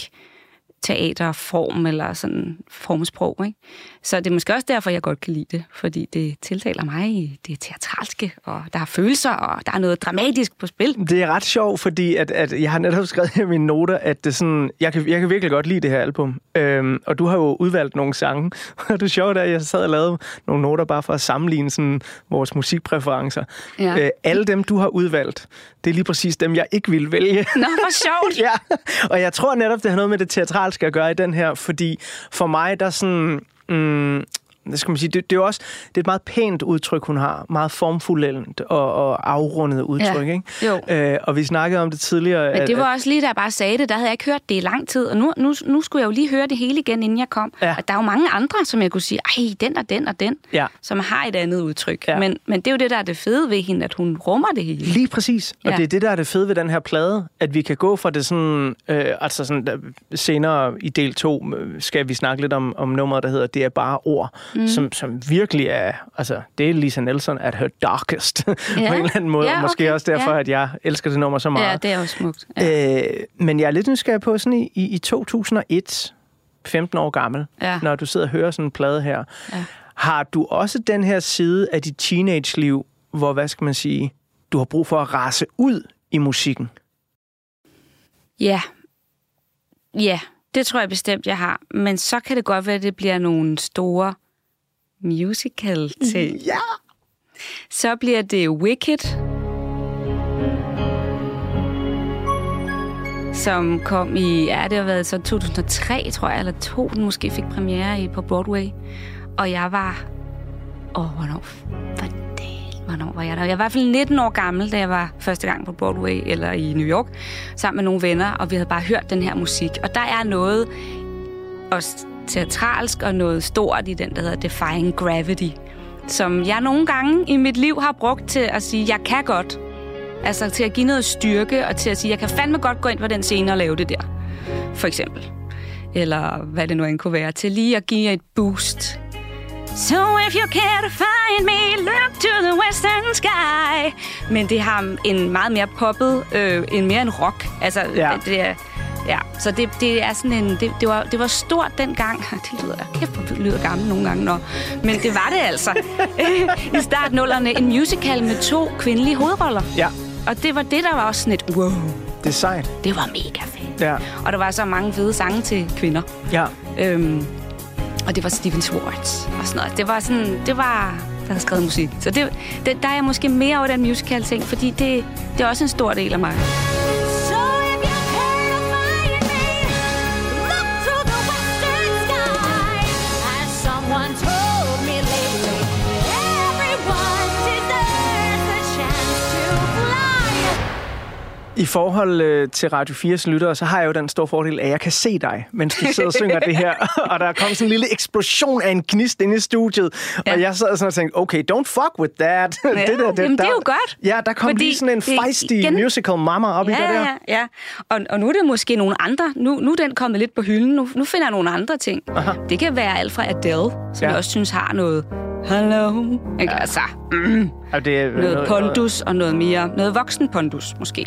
musikteaterform, eller sådan formsprog, ikke? Så det er måske også derfor, jeg godt kan lide det, fordi det tiltaler mig i det teatralske, og der er følelser, og der er noget dramatisk på spil. Det er ret sjovt, fordi at, at jeg har netop skrevet i mine noter, at det sådan, jeg, kan, jeg kan virkelig godt lide det her album. Øhm, og du har jo udvalgt nogle sange, og det er sjovt, at jeg sad og lavede nogle noter bare for at sammenligne sådan, vores musikpræferencer. Ja. Øh, alle dem, du har udvalgt, det er lige præcis dem, jeg ikke ville vælge. Nå, hvor sjovt! Ja, og jeg tror netop, det har noget med det teatralske at gøre i den her, fordi for mig, der sådan... Mm, det skal man sige, det, det er jo også det er et meget pænt udtryk, hun har. Meget formfuldendt og, og afrundet udtryk, ja. Ikke? Jo. Øh, og vi snakkede om det tidligere. Men det var at, også lige, da jeg bare sagde det, der havde jeg ikke hørt det i lang tid, og nu, nu, nu skulle jeg jo lige høre det hele igen, inden jeg kom. Ja. Og der er jo mange andre, som jeg kunne sige, ej, den og den og den, ja. Som har et andet udtryk. Ja. Men, men det er jo det, der er det fede ved hende, at hun rummer det hele. Lige præcis. Ja. Og det er det, der er det fede ved den her plade, at vi kan gå fra det sådan, øh, altså sådan der, senere i del to, skal vi snakke lidt om, om nummeret, der hedder Det er bare ord. Mm. Som, som virkelig er, altså, det er Lisa Nilsson at her darkest, ja. På en eller anden måde, ja, okay. Og måske også derfor, ja. At jeg elsker det nummer så meget. Ja, det er også smukt. Ja. Øh, men jeg er lidt nysgerrig på, sådan i, i to tusind og et, femten år gammel, ja. Når du sidder og hører sådan en plade her, ja. Har du også den her side af dit teenage-liv, hvor, hvad skal man sige, du har brug for at rase ud i musikken? Ja. Ja. Det tror jeg bestemt, jeg har. Men så kan det godt være, at det bliver nogle store musical-ting. Ja! Så bliver det Wicked, som kom i, ja, det har været så to tusind og tre, tror jeg, eller to, den måske fik premiere i på Broadway. Og jeg var, åh, oh, hvornår, hvornår var jeg der? Jeg var i hvert fald nitten år gammel, da jeg var første gang på Broadway eller i New York, sammen med nogle venner, og vi havde bare hørt den her musik. Og der er noget også teatralsk og noget stort i den, der hedder Defying Gravity, som jeg nogle gange i mit liv har brugt til at sige, jeg kan godt. Altså til at give noget styrke, og til at sige, jeg kan fandme godt gå ind på den scene og lave det der, for eksempel. Eller hvad det nu end kunne være, til lige at give et boost. So if you care to find me, look to the western sky. Men det har en meget mere poppet, øh, en mere en rock. Altså, ja. det, det er, ja. Så det, det er sådan en, det, det, var, det var stort dengang. Det lyder, kæft, det lyder gammel nogle gange, når. Men det var det altså. I startnullerne, en musical med to kvindelige hovedroller. Ja. Og det var det, der var også sådan et wow. Det er sejt. Det var mega fedt. Ja. Og der var så mange fede sange til kvinder. Ja. Øhm, Og det var Stephen Schwartz og sådan noget. Det var sådan, det var, der havde skrevet musik. Så det, det, der er jeg måske mere over den musical-ting, fordi det, det er også en stor del af mig. I forhold øh, til Radio fires lyttere, så har jeg jo den store fordel, at jeg kan se dig, mens du sidder og synger det her. Og der er kommet sådan en lille eksplosion af en gnist inde i studiet. Ja. Og jeg sad sådan og tænkte, okay, don't fuck with that. Ja. det, der, det, Jamen, der, det er jo godt. Ja, der kom lige sådan en feisty igen... musical mama op ja, i det der. Ja, ja. Og, og nu er det måske nogle andre. Nu, nu er den kommet lidt på hylden. Nu, nu finder jeg nogle andre ting. Aha. Det kan være alt fra Adele, som ja. jeg også synes har noget hello. Ikke? Ja. Altså, mm, Og det er noget, noget pondus og noget mere, noget voksen pondus, måske.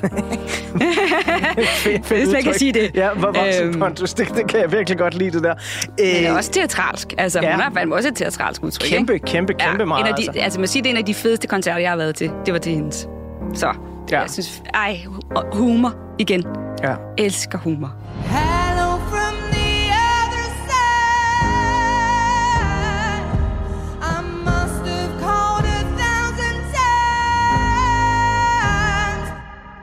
Hvis man kan sige det. Ja, hvor voksen Øhm. pondus, det, det kan jeg virkelig godt lide, det der. Men det er Øh, også teatralsk. Altså, Ja. hun har fandme også et teatralsk udtryk, Kæmpe, ikke? kæmpe, kæmpe meget, en af de, altså. altså. man siger, det er en af de fedeste koncerter, jeg har været til. Det var til hendes. Så, Ja. jeg synes, ej, hu- humor igen. Ja. Elsker humor. Hello from the other side. I must have called a thousand times.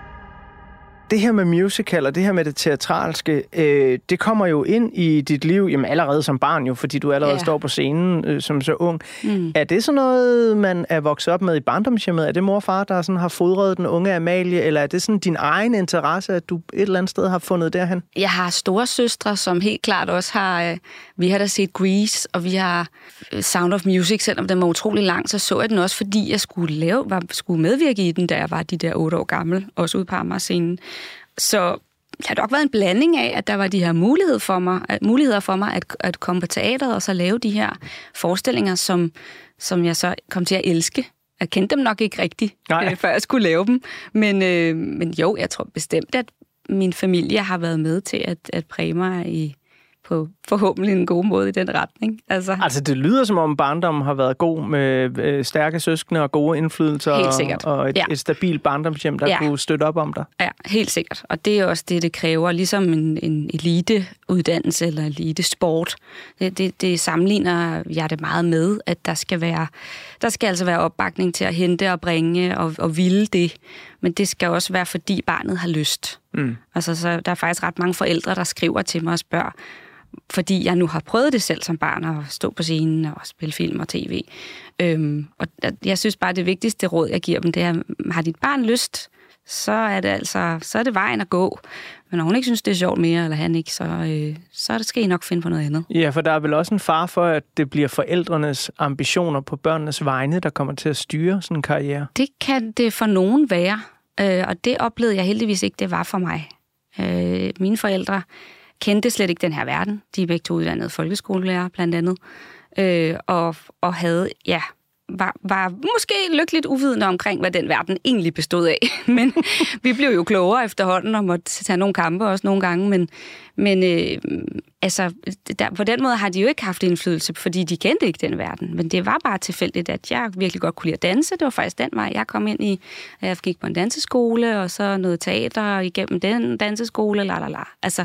Det her med musical og det her med det teatralske, øh, det kommer jo ind i dit liv jamen allerede som barn jo, fordi du allerede Ja. står på scenen øh, som så ung. Mm. Er det sådan noget, man er vokset op med i barndomshjemmet? Er det mor og far, der sådan har fodret den unge Amalie, eller er det sådan din egen interesse, at du et eller andet sted har fundet derhen? Jeg har store søstre, som helt klart også har... Øh, vi har da set Grease, og vi har øh, Sound of Music, selvom den var utrolig lang, så så jeg den også, fordi jeg skulle, lave, var, skulle medvirke i den, da jeg var de der otte år gammel, også ude på Amager-scenen. Så det har nok været en blanding af, at der var de her mulighed for mig, at, muligheder for mig at, at komme på teateret og så lave de her forestillinger, som, som jeg så kom til at elske. Jeg kendte dem nok ikke rigtigt, øh, før jeg skulle lave dem. Men, øh, men jo, jeg tror bestemt, at min familie har været med til at, at præge mig i, på forhåbentlig en god måde i den retning. Altså, Altså, det lyder som om barndommen har været god med øh, stærke søskende og gode indflydelser. Helt sikkert. Og, og et, Ja. et stabilt barndomshjem, der Ja. kunne støtte op om dig. ja, helt sikkert. Og det er også det, det kræver, ligesom en, en eliteuddannelse eller elitesport. Det, det, det sammenligner jeg det meget med, at der skal være, der skal altså være opbakning til at hente og bringe og, og ville det. Men det skal også være, fordi barnet har lyst. Mm. Altså, så der er faktisk ret mange forældre, der skriver til mig og spørger, fordi jeg nu har prøvet det selv som barn, at stå på scenen og spille film og tv. Øhm, og jeg synes bare, det vigtigste råd, jeg giver dem, det er, har dit barn lyst, så er det altså, så er det vejen at gå. Men når hun ikke synes, det er sjovt mere, eller han ikke, så, øh, så skal I nok finde på noget andet. Ja, for der er vel også en fare for, at det bliver forældrenes ambitioner på børnenes vegne, der kommer til at styre sådan en karriere. Det kan det for nogen være, øh, og det oplevede jeg heldigvis ikke, det var for mig. Øh, mine forældre kendte slet ikke den her verden. De er begge to uddannede folkeskolelærer, blandt andet. Øh, og, og havde, ja, var, var måske lykkeligt uvidende omkring, hvad den verden egentlig bestod af. Men vi blev jo klogere efterhånden og måtte tage nogle kampe også nogle gange. Men, men øh, altså, der, på den måde har de jo ikke haft indflydelse, fordi de kendte ikke den verden. Men det var bare tilfældigt, at jeg virkelig godt kunne lide at danse. Det var faktisk den vej, jeg kom ind i. Jeg gik på en danseskole, og så noget teater igennem den danseskole, la la la. Altså,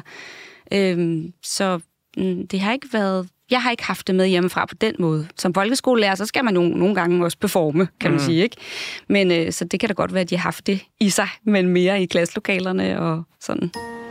Øhm, så mm, det har ikke været... Jeg har ikke haft det med hjemmefra på den måde. Som folkeskolelærer, så skal man nogle, nogle gange også performe, kan man mm. sige, ikke? Men øh, så det kan da godt være, at de har haft det i sig, men mere i klasselokalerne og sådan.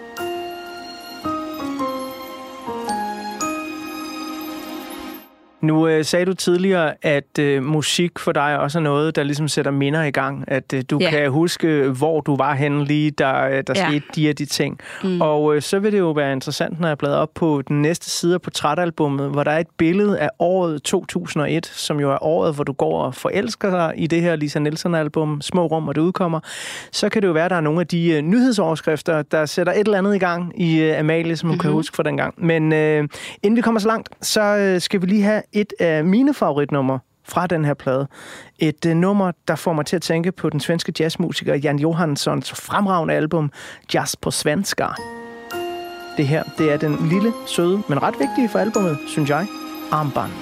Nu øh, sagde du tidligere, at øh, musik for dig også er noget, der ligesom sætter minder i gang. At øh, du Ja. kan huske, hvor du var henne lige, der, der Ja. skete de her de ting. Mm. Og øh, så vil det jo være interessant, når jeg bladrer op på den næste side af portrætalbummet, hvor der er et billede af året to tusind og et, som jo er året, hvor du går og forelsker dig i det her Lisa Nielsen-album, Små Rum, hvor det udkommer. Så kan det jo være, at der er nogle af de øh, nyhedsoverskrifter, der sætter et eller andet i gang i øh, Amalie, som hun mm-hmm. kan huske fra dengang. Men øh, inden vi kommer så langt, så øh, skal vi lige have et af mine favoritnumre fra den her plade. Et uh, nummer, der får mig til at tænke på den svenske jazzmusiker Jan Johanssons fremragende album Jazz på svenska. Det her, det er den lille, søde, men ret vigtige for albumet, synes jeg, Armband.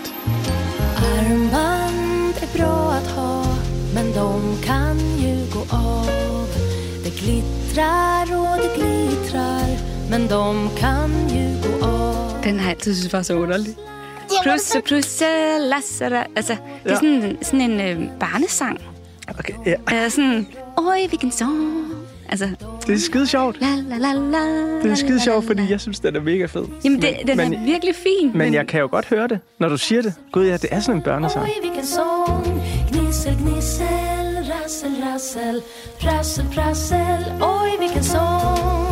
Armband är bra att ha, men de kan ju gå av. Det glittrar och det glittrar, men de kan ju gå av. Den har jeg altid synes var så underlig. Plusse, plusse, lasse, altså, det er sådan, sådan en øh, barnesang. Okay, ja. Altså sådan, oj, hvilken sang. Altså, Det er skide sjovt. la la la la. Det er skide sjovt, fordi jeg synes, den er mega fed. Jamen, det, den men, er virkelig fin. men jeg kan jo godt høre det, når du siger det. Gud ja, det er sådan en børnesang. Oj, vilken sång. Gnissel, gnissel, rassel, rassel, prassel, prassel. Oj, vilken sång.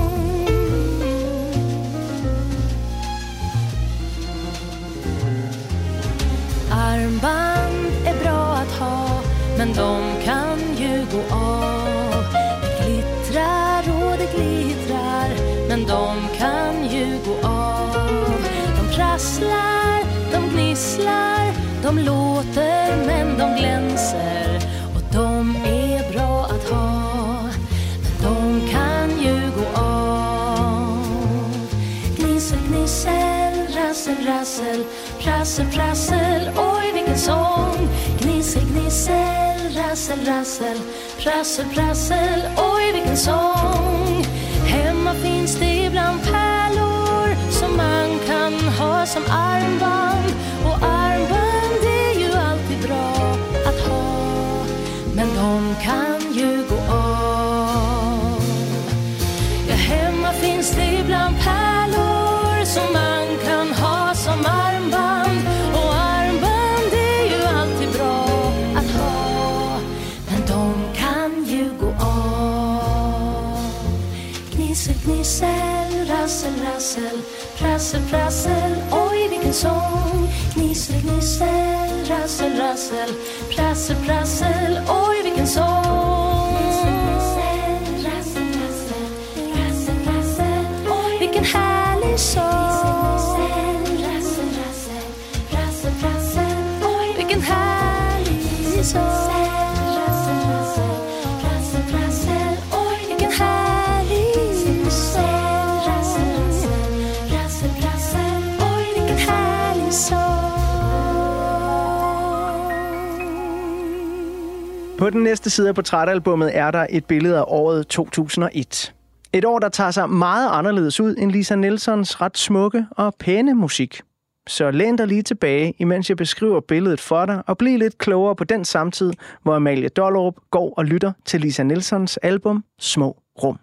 Armband är bra att ha, men de kan ju gå av. Det glittrar och det glittrar, men de kan ju gå av. De prasslar, de gnisslar, De låter men de glänser och de är bra att ha. Men de kan ju gå av. Gnissel, gnissel, rassel, rassel, prassel, prassel, oj vilken sång. Gnissel, gnissel, rassel, rassel, prassel, prassel, oj vilken sång. Hemma finns det ibland pärlor som man kan ha som armband. Och armband är ju alltid bra att ha, men de kan ju gå av. Ja, hemma finns det ibland pärlor som man kan ha som armband. Och armband är ju alltid bra att ha, men de kan ju gå av. Gnissel, gnissel, rassel, rassel, prassel, prassel, oj vilken sång. Gnissel, gnissel, rassel, rassel, prassel, prassel, oj vilken sång. Gnissel, gnissel, rassel, rassel, prassel, prassel, oj vilken härlig sång. Gnissel, rassel, rassel, prassel, prassel, oj vilken härlig sång. Rassel, rassel, prassel, prassel, oj vilken härlig sång. På den næste side af portrætalbummet er der et billede af året to tusind og et. Et år, der tager sig meget anderledes ud end Lisa Nielsons ret smukke og pæne musik. Så læn dig lige tilbage, imens jeg beskriver billedet for dig, og bliv lidt klogere på den samtid, hvor Amalie Dollerup går og lytter til Lisa Nielsons album Små Rum.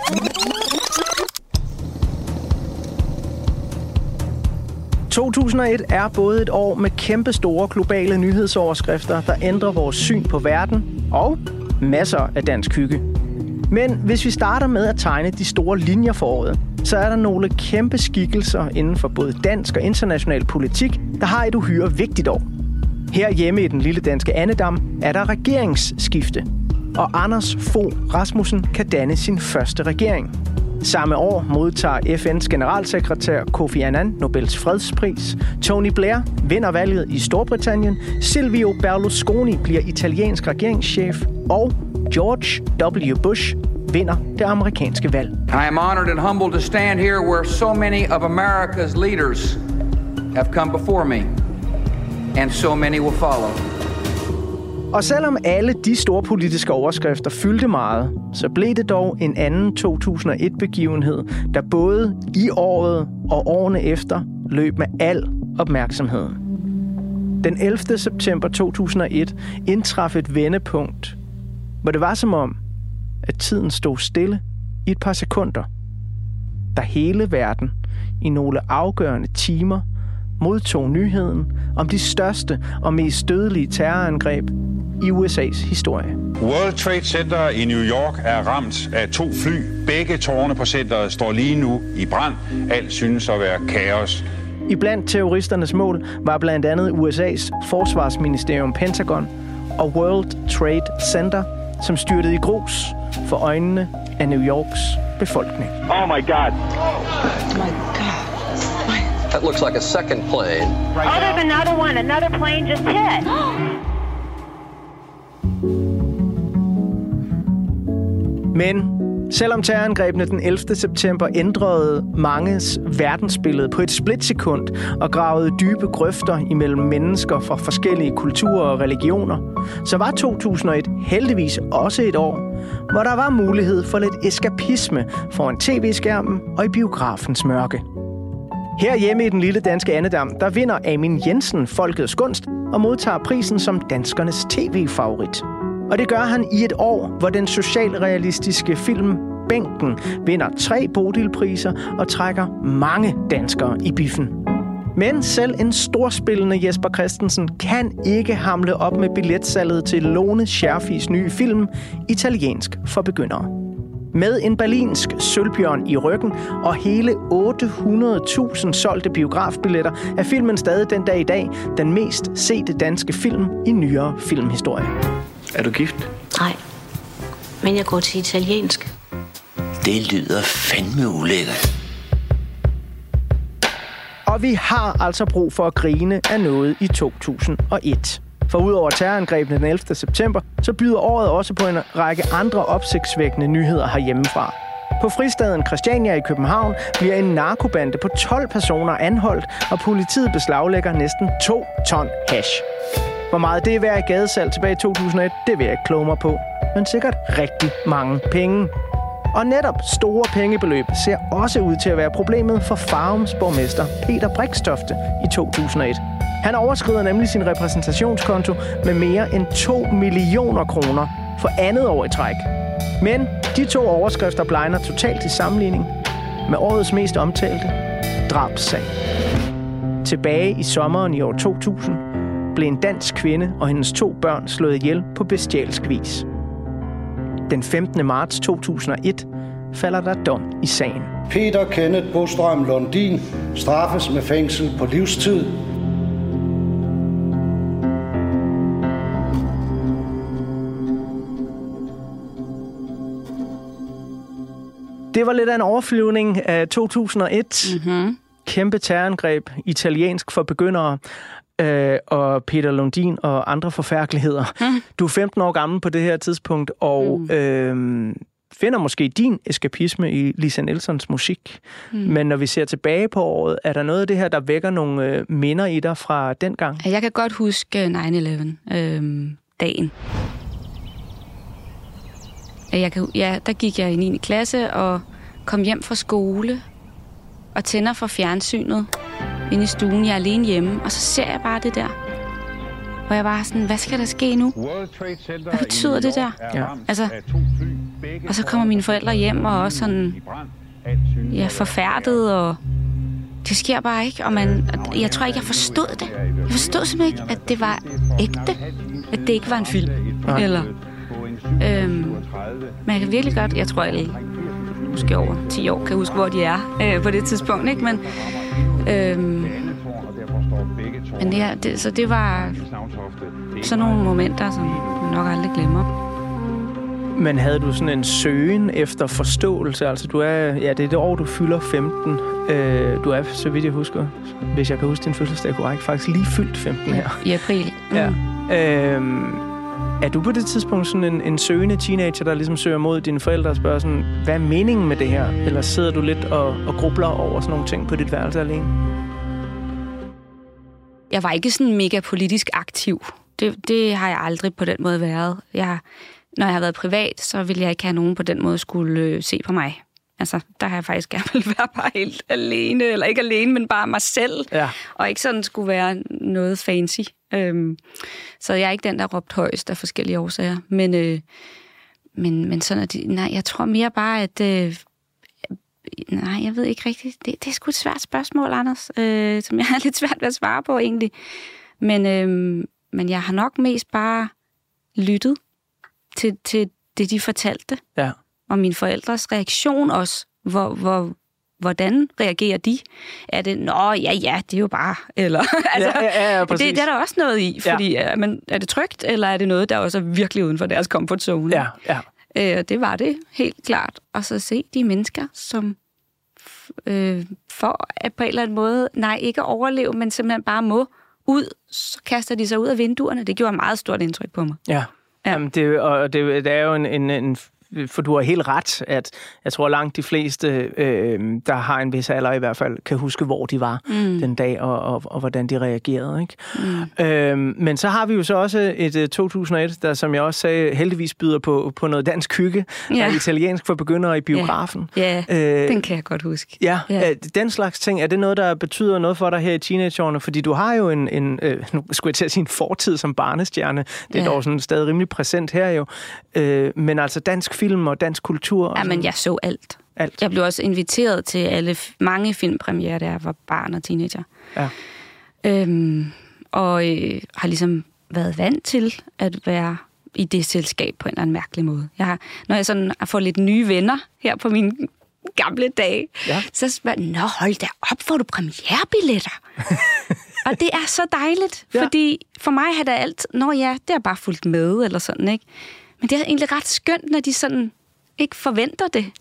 to tusind og et er både et år med kæmpe store globale nyhedsoverskrifter, der ændrer vores syn på verden, og masser af dansk hygge. Men hvis vi starter med at tegne de store linjer for året, så er der nogle kæmpe skikkelser inden for både dansk og international politik, der har et uhyre vigtigt år. Her hjemme i den lille danske Annedam er der regeringsskifte, og Anders Fogh Rasmussen kan danne sin første regering. Samme år modtager F N's generalsekretær Kofi Annan Nobels fredspris. Tony Blair vinder valget i Storbritannien. Silvio Berlusconi bliver italiensk regeringschef. Og George W. Bush vinder det amerikanske valg. I am honored and humbled to stand here where so many of America's leaders have come before me, and so many will follow. Og selvom alle de store politiske overskrifter fyldte meget, så blev det dog en anden to tusind og et-begivenhed, der både i året og årene efter løb med al opmærksomheden. Den ellevte september to tusind og et indtraf et vendepunkt, hvor det var som om, at tiden stod stille i et par sekunder, da hele verden i nogle afgørende timer modtog nyheden om de største og mest dødelige terrorangreb i U S A's historie. World Trade Center i New York er ramt af to fly. Begge tårne på centeret står lige nu i brand. Alt synes at være kaos. I blandt terroristernes mål var blandt andet U S A's forsvarsministerium Pentagon og World Trade Center, som styrtede i grus for øjnene af New Yorks befolkning. Oh my God. Oh my God. That looks like a second plane. Oh, there's another one. Another plane just hit. Men selvom terrorangrebene den ellevte september ændrede manges verdensbillede på et splitsekund og gravede dybe grøfter imellem mennesker fra forskellige kulturer og religioner, så var to tusind og et heldigvis også et år, hvor der var mulighed for lidt eskapisme foran tv-skærmen og i biografens mørke. Her hjemme i den lille danske Annedam, der vinder Amin Jensen Folkets Gunst og modtager prisen som danskernes tv-favorit. Og det gør han i et år, hvor den socialrealistiske film Bænken vinder tre Bodilpriser og trækker mange danskere i biffen. Men selv en storspillende Jesper Christensen kan ikke hamle op med billetsalget til Lone Scherfis nye film Italiensk for begyndere. Med en berlinsk sølvbjørn i ryggen og hele otte hundrede tusind solgte biografbilletter er filmen stadig den dag i dag den mest sete danske film i nyere filmhistorie. Er du gift? Nej, men jeg går til italiensk. Det lyder fandme ulækkert. Og For vi har altså brug for at grine af noget i to tusind og et. For udover terrorangrebene den ellevte september, så byder året også på en række andre opsigtsvækkende nyheder herhjemmefra. På fristaden Christiania i København bliver en narkobande på tolv personer anholdt, og politiet beslaglægger næsten to ton hash. Hvor meget det er værd i gadesalg tilbage i to tusind og et, det vil jeg ikke kloge mig på. Men sikkert rigtig mange penge. Og netop store pengebeløb ser også ud til at være problemet for Farums borgmester Peter Brixtofte i to tusind og et. Han overskrider nemlig sin repræsentationskonto med mere end to millioner kroner for andet år i træk. Men de to overskrifter blegner totalt i sammenligning med årets mest omtalte drabssag. Tilbage i sommeren i år to tusind blev en dansk kvinde og hendes to børn slået ihjel på bestialsk vis. Den femtende marts to tusind og et falder der dom i sagen. Peter Kenneth Bostrøm Lundin straffes med fængsel på livstid. Det var lidt af en overflyvning af to tusind og et. Mm-hmm. Kæmpe terrorangreb, italiensk for begyndere, øh, og Peter Lundin og andre forfærdeligheder. Mm. Du er femten år gammel på det her tidspunkt, og mm. øh, finder måske din eskapisme i Lisa Nilssons musik. Mm. Men når vi ser tilbage på året, er der noget af det her, der vækker nogle øh, minder i dig fra dengang? Jeg kan godt huske nine eleven øh, dagen. Jeg kan, ja, der gik jeg i niende klasse og kom hjem fra skole og tænder for fjernsynet inde i stuen. Jeg er alene hjemme, og så ser jeg bare det der. Og jeg var sådan, hvad skal der ske nu? Hvad betyder det der? Ja. Altså, og så kommer mine forældre hjem og også sådan, ja, forfærdet, og det sker bare ikke. Og man, jeg tror ikke, jeg forstod det. Jeg forstod simpelthen ikke, at det var ægte. At det ikke var en film. Nej. Eller... Øhm, men jeg kan virkelig godt, jeg tror alle måske over ti år kan huske, hvor de er øh, på det tidspunkt, ikke? Men, øhm, men det, her, det, så det var sådan nogle momenter, som man nok aldrig glemmer. Men havde du sådan en søgen efter forståelse? Altså, du er, ja, det er det år, du fylder femten. Øh, du er, så vidt jeg husker, hvis jeg kan huske din fødselsdag korrekt, faktisk lige fyldt femten her. I april. Mm. Ja. Øhm, Er du på det tidspunkt sådan en, en søgende teenager, der ligesom søger mod dine forældre og spørger sådan, hvad er meningen med det her? Eller sidder du lidt og, og grubler over sådan nogle ting på dit værelse alene? Jeg var ikke sådan mega politisk aktiv. Det, det har jeg aldrig på den måde været. Jeg, når jeg har været privat, så ville jeg ikke have nogen på den måde skulle øh, se på mig. Altså, der har jeg faktisk gerne vil være bare helt alene, eller ikke alene, men bare mig selv. Ja. Og ikke sådan skulle være noget fancy. Øhm, så jeg er ikke den, der råbt højst af forskellige årsager. Men, øh, men, men sådan er det. Nej, jeg tror mere bare, at... Øh, nej, jeg ved ikke rigtigt. Det, det er sgu et svært spørgsmål, Anders, øh, som jeg har lidt svært ved at svare på, egentlig. Men, øh, men jeg har nok mest bare lyttet til, til det, de fortalte. Ja. Og mine forældres reaktion også. Hvor, hvor, hvordan reagerer de? Er det, nå, ja, ja, det er jo bare... Eller, altså, ja, ja, ja, det, det er der også noget i, fordi ja. er, man, er det trygt, eller er det noget, der også er virkelig uden for deres comfort zone? Ja, ja. Øh, det var det, helt klart. Og så se de mennesker, som øh, for at på en eller anden måde, nej, ikke overleve, men simpelthen bare må ud, så kaster de sig ud af vinduerne. Det gjorde meget stort indtryk på mig. Ja. Ja. Jamen, det, og det, det er jo en... en, en for du har helt ret, at jeg tror langt de fleste, øh, der har en vis alder i hvert fald, kan huske, hvor de var mm. den dag, og, og, og hvordan de reagerede. Ikke? Mm. Øh, men så har vi jo så også et uh, to tusind og et, der, som jeg også sagde, heldigvis byder på, på noget dansk hygge, ja. Italiensk for begyndere i biografen. Ja, ja. Øh, den kan jeg godt huske. Ja, ja. Øh, den slags ting, er det noget, der betyder noget for dig her i teenageårene? Fordi du har jo en, en øh, nu skulle jeg til at sige en fortid som barnestjerne. Det er ja. dog sådan stadig rimelig præsent her jo. Øh, men altså dansk film og dansk kultur. Og ja, men jeg så alt. alt. Jeg blev også inviteret til alle mange filmpremierer, da jeg var barn og teenager. Ja. Øhm, og øh, har ligesom været vant til at være i det selskab på en eller anden mærkelig måde. Jeg har, når jeg sådan har fået lidt nye venner her på mine gamle dage, ja. så spørger jeg, nå hold da op, får du premierebilletter? Og det er så dejligt, ja. fordi for mig har det alt, nå ja, det er bare fulgt med, eller sådan, ikke? Men det er egentlig ret skønt, når de sådan ikke forventer det. Ja.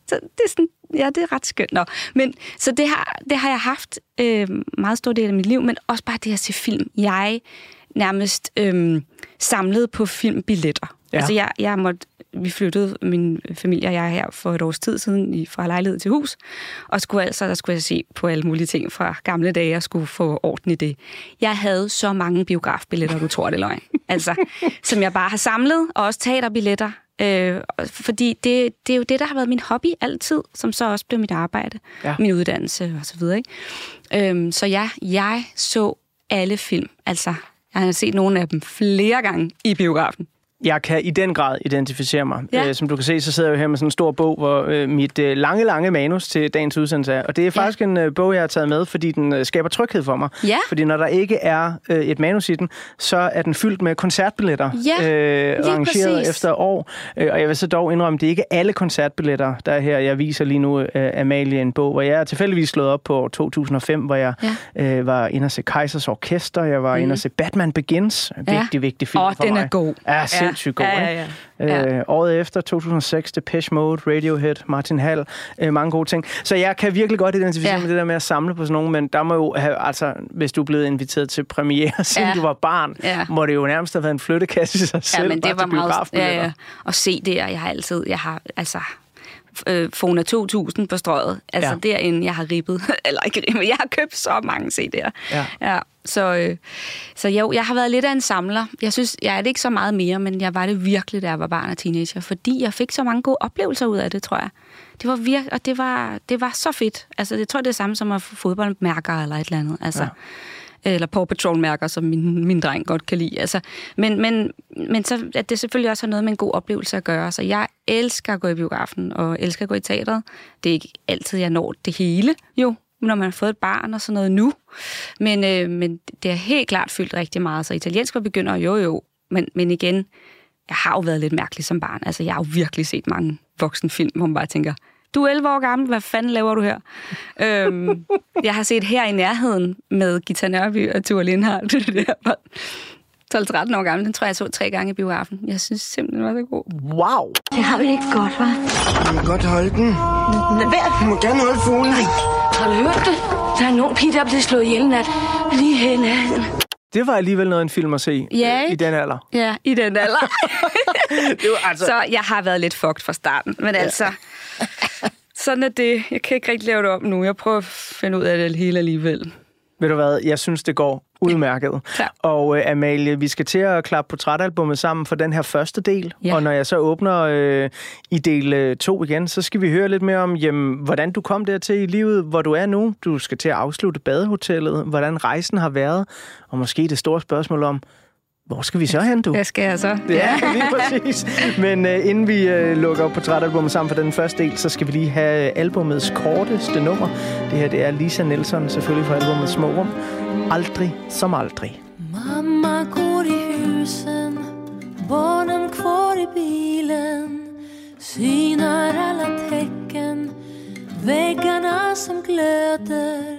Så det er sådan, ja, det er ret skønt. Nå. Men, så det har, det har jeg haft øh, meget stor del af mit liv, men også bare det at se film. Jeg nærmest øh, samlede på filmbilletter. Ja. Altså, jeg, jeg måtte, vi flyttede, min familie og jeg her for et års tid siden i, fra lejlighed til hus, og skulle altså, der skulle jeg se på alle mulige ting fra gamle dage, og skulle få orden i det. Jeg havde så mange biografbilletter, du tror det løgn. Altså, som jeg bare har samlet, og også teaterbilletter. Øh, fordi det, det er jo det, der har været min hobby altid, som så også blev mit arbejde, ja. Min uddannelse og så videre. Ikke? Øhm, så ja, jeg så alle film. Altså, jeg har set nogle af dem flere gange i biografen. Jeg kan i den grad identificere mig. Ja. Æ, som du kan se, så sidder jeg jo her med sådan en stor bog, hvor øh, mit øh, lange, lange manus til dagens udsendelse er. Og det er faktisk ja. en øh, bog, jeg har taget med, fordi den øh, skaber tryghed for mig. Ja. Fordi når der ikke er øh, et manus i den, så er den fyldt med koncertbilletter, ja, øh, rangeret præcis. Efter år. Øh, og jeg vil så dog indrømme, det er ikke alle koncertbilletter, der er her. Jeg viser lige nu øh, Amalie en bog, hvor jeg er tilfældigvis slået op på to tusind og fem, hvor jeg ja. øh, var inde og se Kaisers Orkester. Jeg var mm. inde og se Batman Begins. Vigtig, ja. vigtig film oh, for den mig. er god. Ja, sindssygt god. Ja, ja, ja. Ja. Øh, året efter, to tusind og seks, Depeche Mode, Radiohead, Martin Hall, øh, mange gode ting. Så jeg kan virkelig godt identificere ja. med det der med at samle på sådan nogen, men der må jo have, altså, hvis du er blevet inviteret til premiere, siden ja. du var barn, ja. må det jo nærmest have været en flyttekasse i sig selv. Ja, men det var meget... Ja, ja. Og se det, jeg har altid, jeg har, altså... Øh, Fona to tusind på strøget. Altså ja. derinde, jeg har ribbet, eller ikke ribbet, jeg har købt så mange C D'er. Ja. Ja, så, øh, så jo, jeg har været lidt af en samler. Jeg synes, jeg er det ikke så meget mere, men jeg var det virkelig, da jeg var barn og teenager, fordi jeg fik så mange gode oplevelser ud af det, tror jeg. Det var virkelig, og det var, det var så fedt. Altså, jeg tror, det er det samme som at få fodboldmærker eller et eller andet. Altså, ja. Eller Paw Patrol-mærker, som min, min dreng godt kan lide. Altså, men, men, men så at det selvfølgelig også har noget med en god oplevelse at gøre. Så jeg elsker at gå i biografen, og elsker at gå i teateret. Det er ikke altid, jeg når det hele, jo, når man har fået et barn og sådan noget nu. Men, øh, men det er helt klart fyldt rigtig meget. Så italiensk var begynder jo jo, men, men igen, jeg har jo været lidt mærkelig som barn. Altså, jeg har jo virkelig set mange voksenfilm, hvor man bare tænker, du er elleve år gammel, hvad fanden laver du her? øhm, jeg har set Her i nærheden med Gita Nørby og Thure Lindhardt. Det var tolv tretten år gammel. Den tror jeg, jeg så tre gange i biografen. Jeg synes simpelthen, den var så god. Wow! Det har vi ikke godt, hva'? Du må godt holde den. Lad være. Du må gerne holde fuglen. Nej. Har du hørt det? Der er en ung pige, der er blevet slået ihjel nat. Lige her i nærheden. Det var alligevel noget en film at se ja, i den alder. Ja, i den alder. det var altså... Så jeg har været lidt fucked fra starten. Men ja. altså, sådan er det. Jeg kan ikke rigtig lave det om nu. Jeg prøver at finde ud af det hele alligevel. Ved du hvad, jeg synes, det går udmærket. Ja. Og uh, Amalie, vi skal til at klappe portrætalbummet sammen for den her første del. Ja. Og når jeg så åbner øh, i del uh, to igen, så skal vi høre lidt mere om, jamen, hvordan du kom dertil i livet, hvor du er nu. Du skal til at afslutte badehotellet, hvordan rejsen har været, og måske det store spørgsmål om, hvor skal vi så hen, du? Hvad skal jeg så? Ja, lige præcis. Men uh, inden vi uh, lukker op portrætalbummet sammen for den første del, så skal vi lige have albumets korteste nummer. Det her, det er Lisa Nilsson, selvfølgelig fra albumet Små Rum. Aldrig som aldrig. Mamma går i husen, barnen kvar i bilen, synar alla tecken, väggarna som glöder,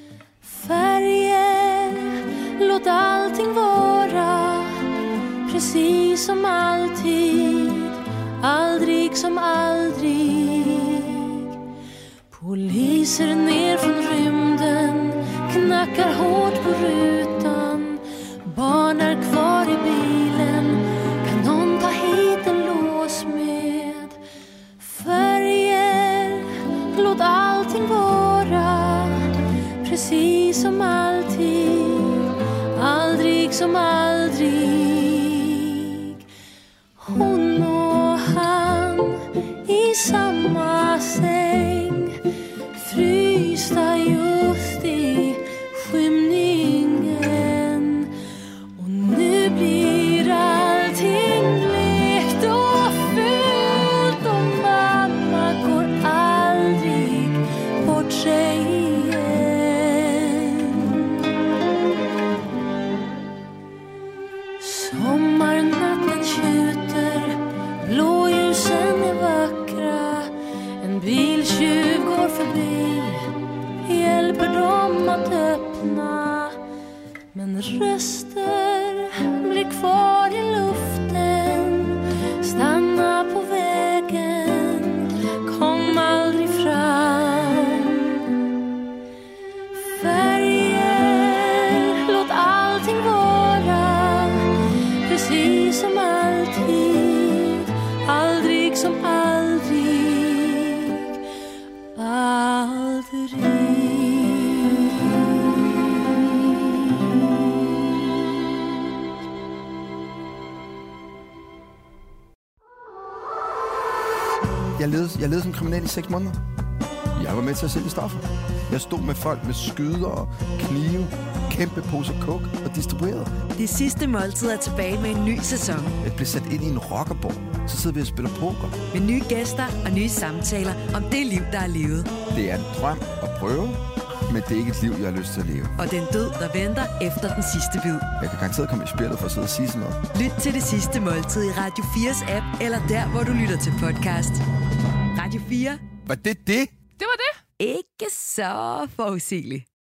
färger, låt allting vara precis som alltid, aldrig som aldrig. Poliser ner från rymden knackar hårt på rutan. Barn är kvar i bilen. Kan någon ta hit en lås med färger? Låt allting vara precis som alltid, aldrig som aldrig. Hon och han i samma säng, frysta just i skymningen. Och nu blir allting blekt och fult, och mamma går aldrig bort sig igen. som aldrig, aldrig. Jeg levede, jeg levede som kriminel i seks måneder. Jeg var med til at sælge stoffer. Jeg stod med folk med skyder og knive, kæmpe poser coke og distribuerede. Det sidste måltid er tilbage med en ny sæson. Jeg blev sat ind i en rockerborg. Så sidder vi og spiller poker. Med nye gæster og nye samtaler om det liv, der er levet. Det er en drøm at prøve, men det er ikke et liv, jeg har lyst til at leve. Og den død, der venter efter den sidste bid. Jeg kan garanteret komme i spillet for at sidde og sige sådan noget. Lyt til Det Sidste Måltid i Radio fires app, eller der, hvor du lytter til podcast. Radio fire. Var det det? Det var det. Ikke så forudsigeligt.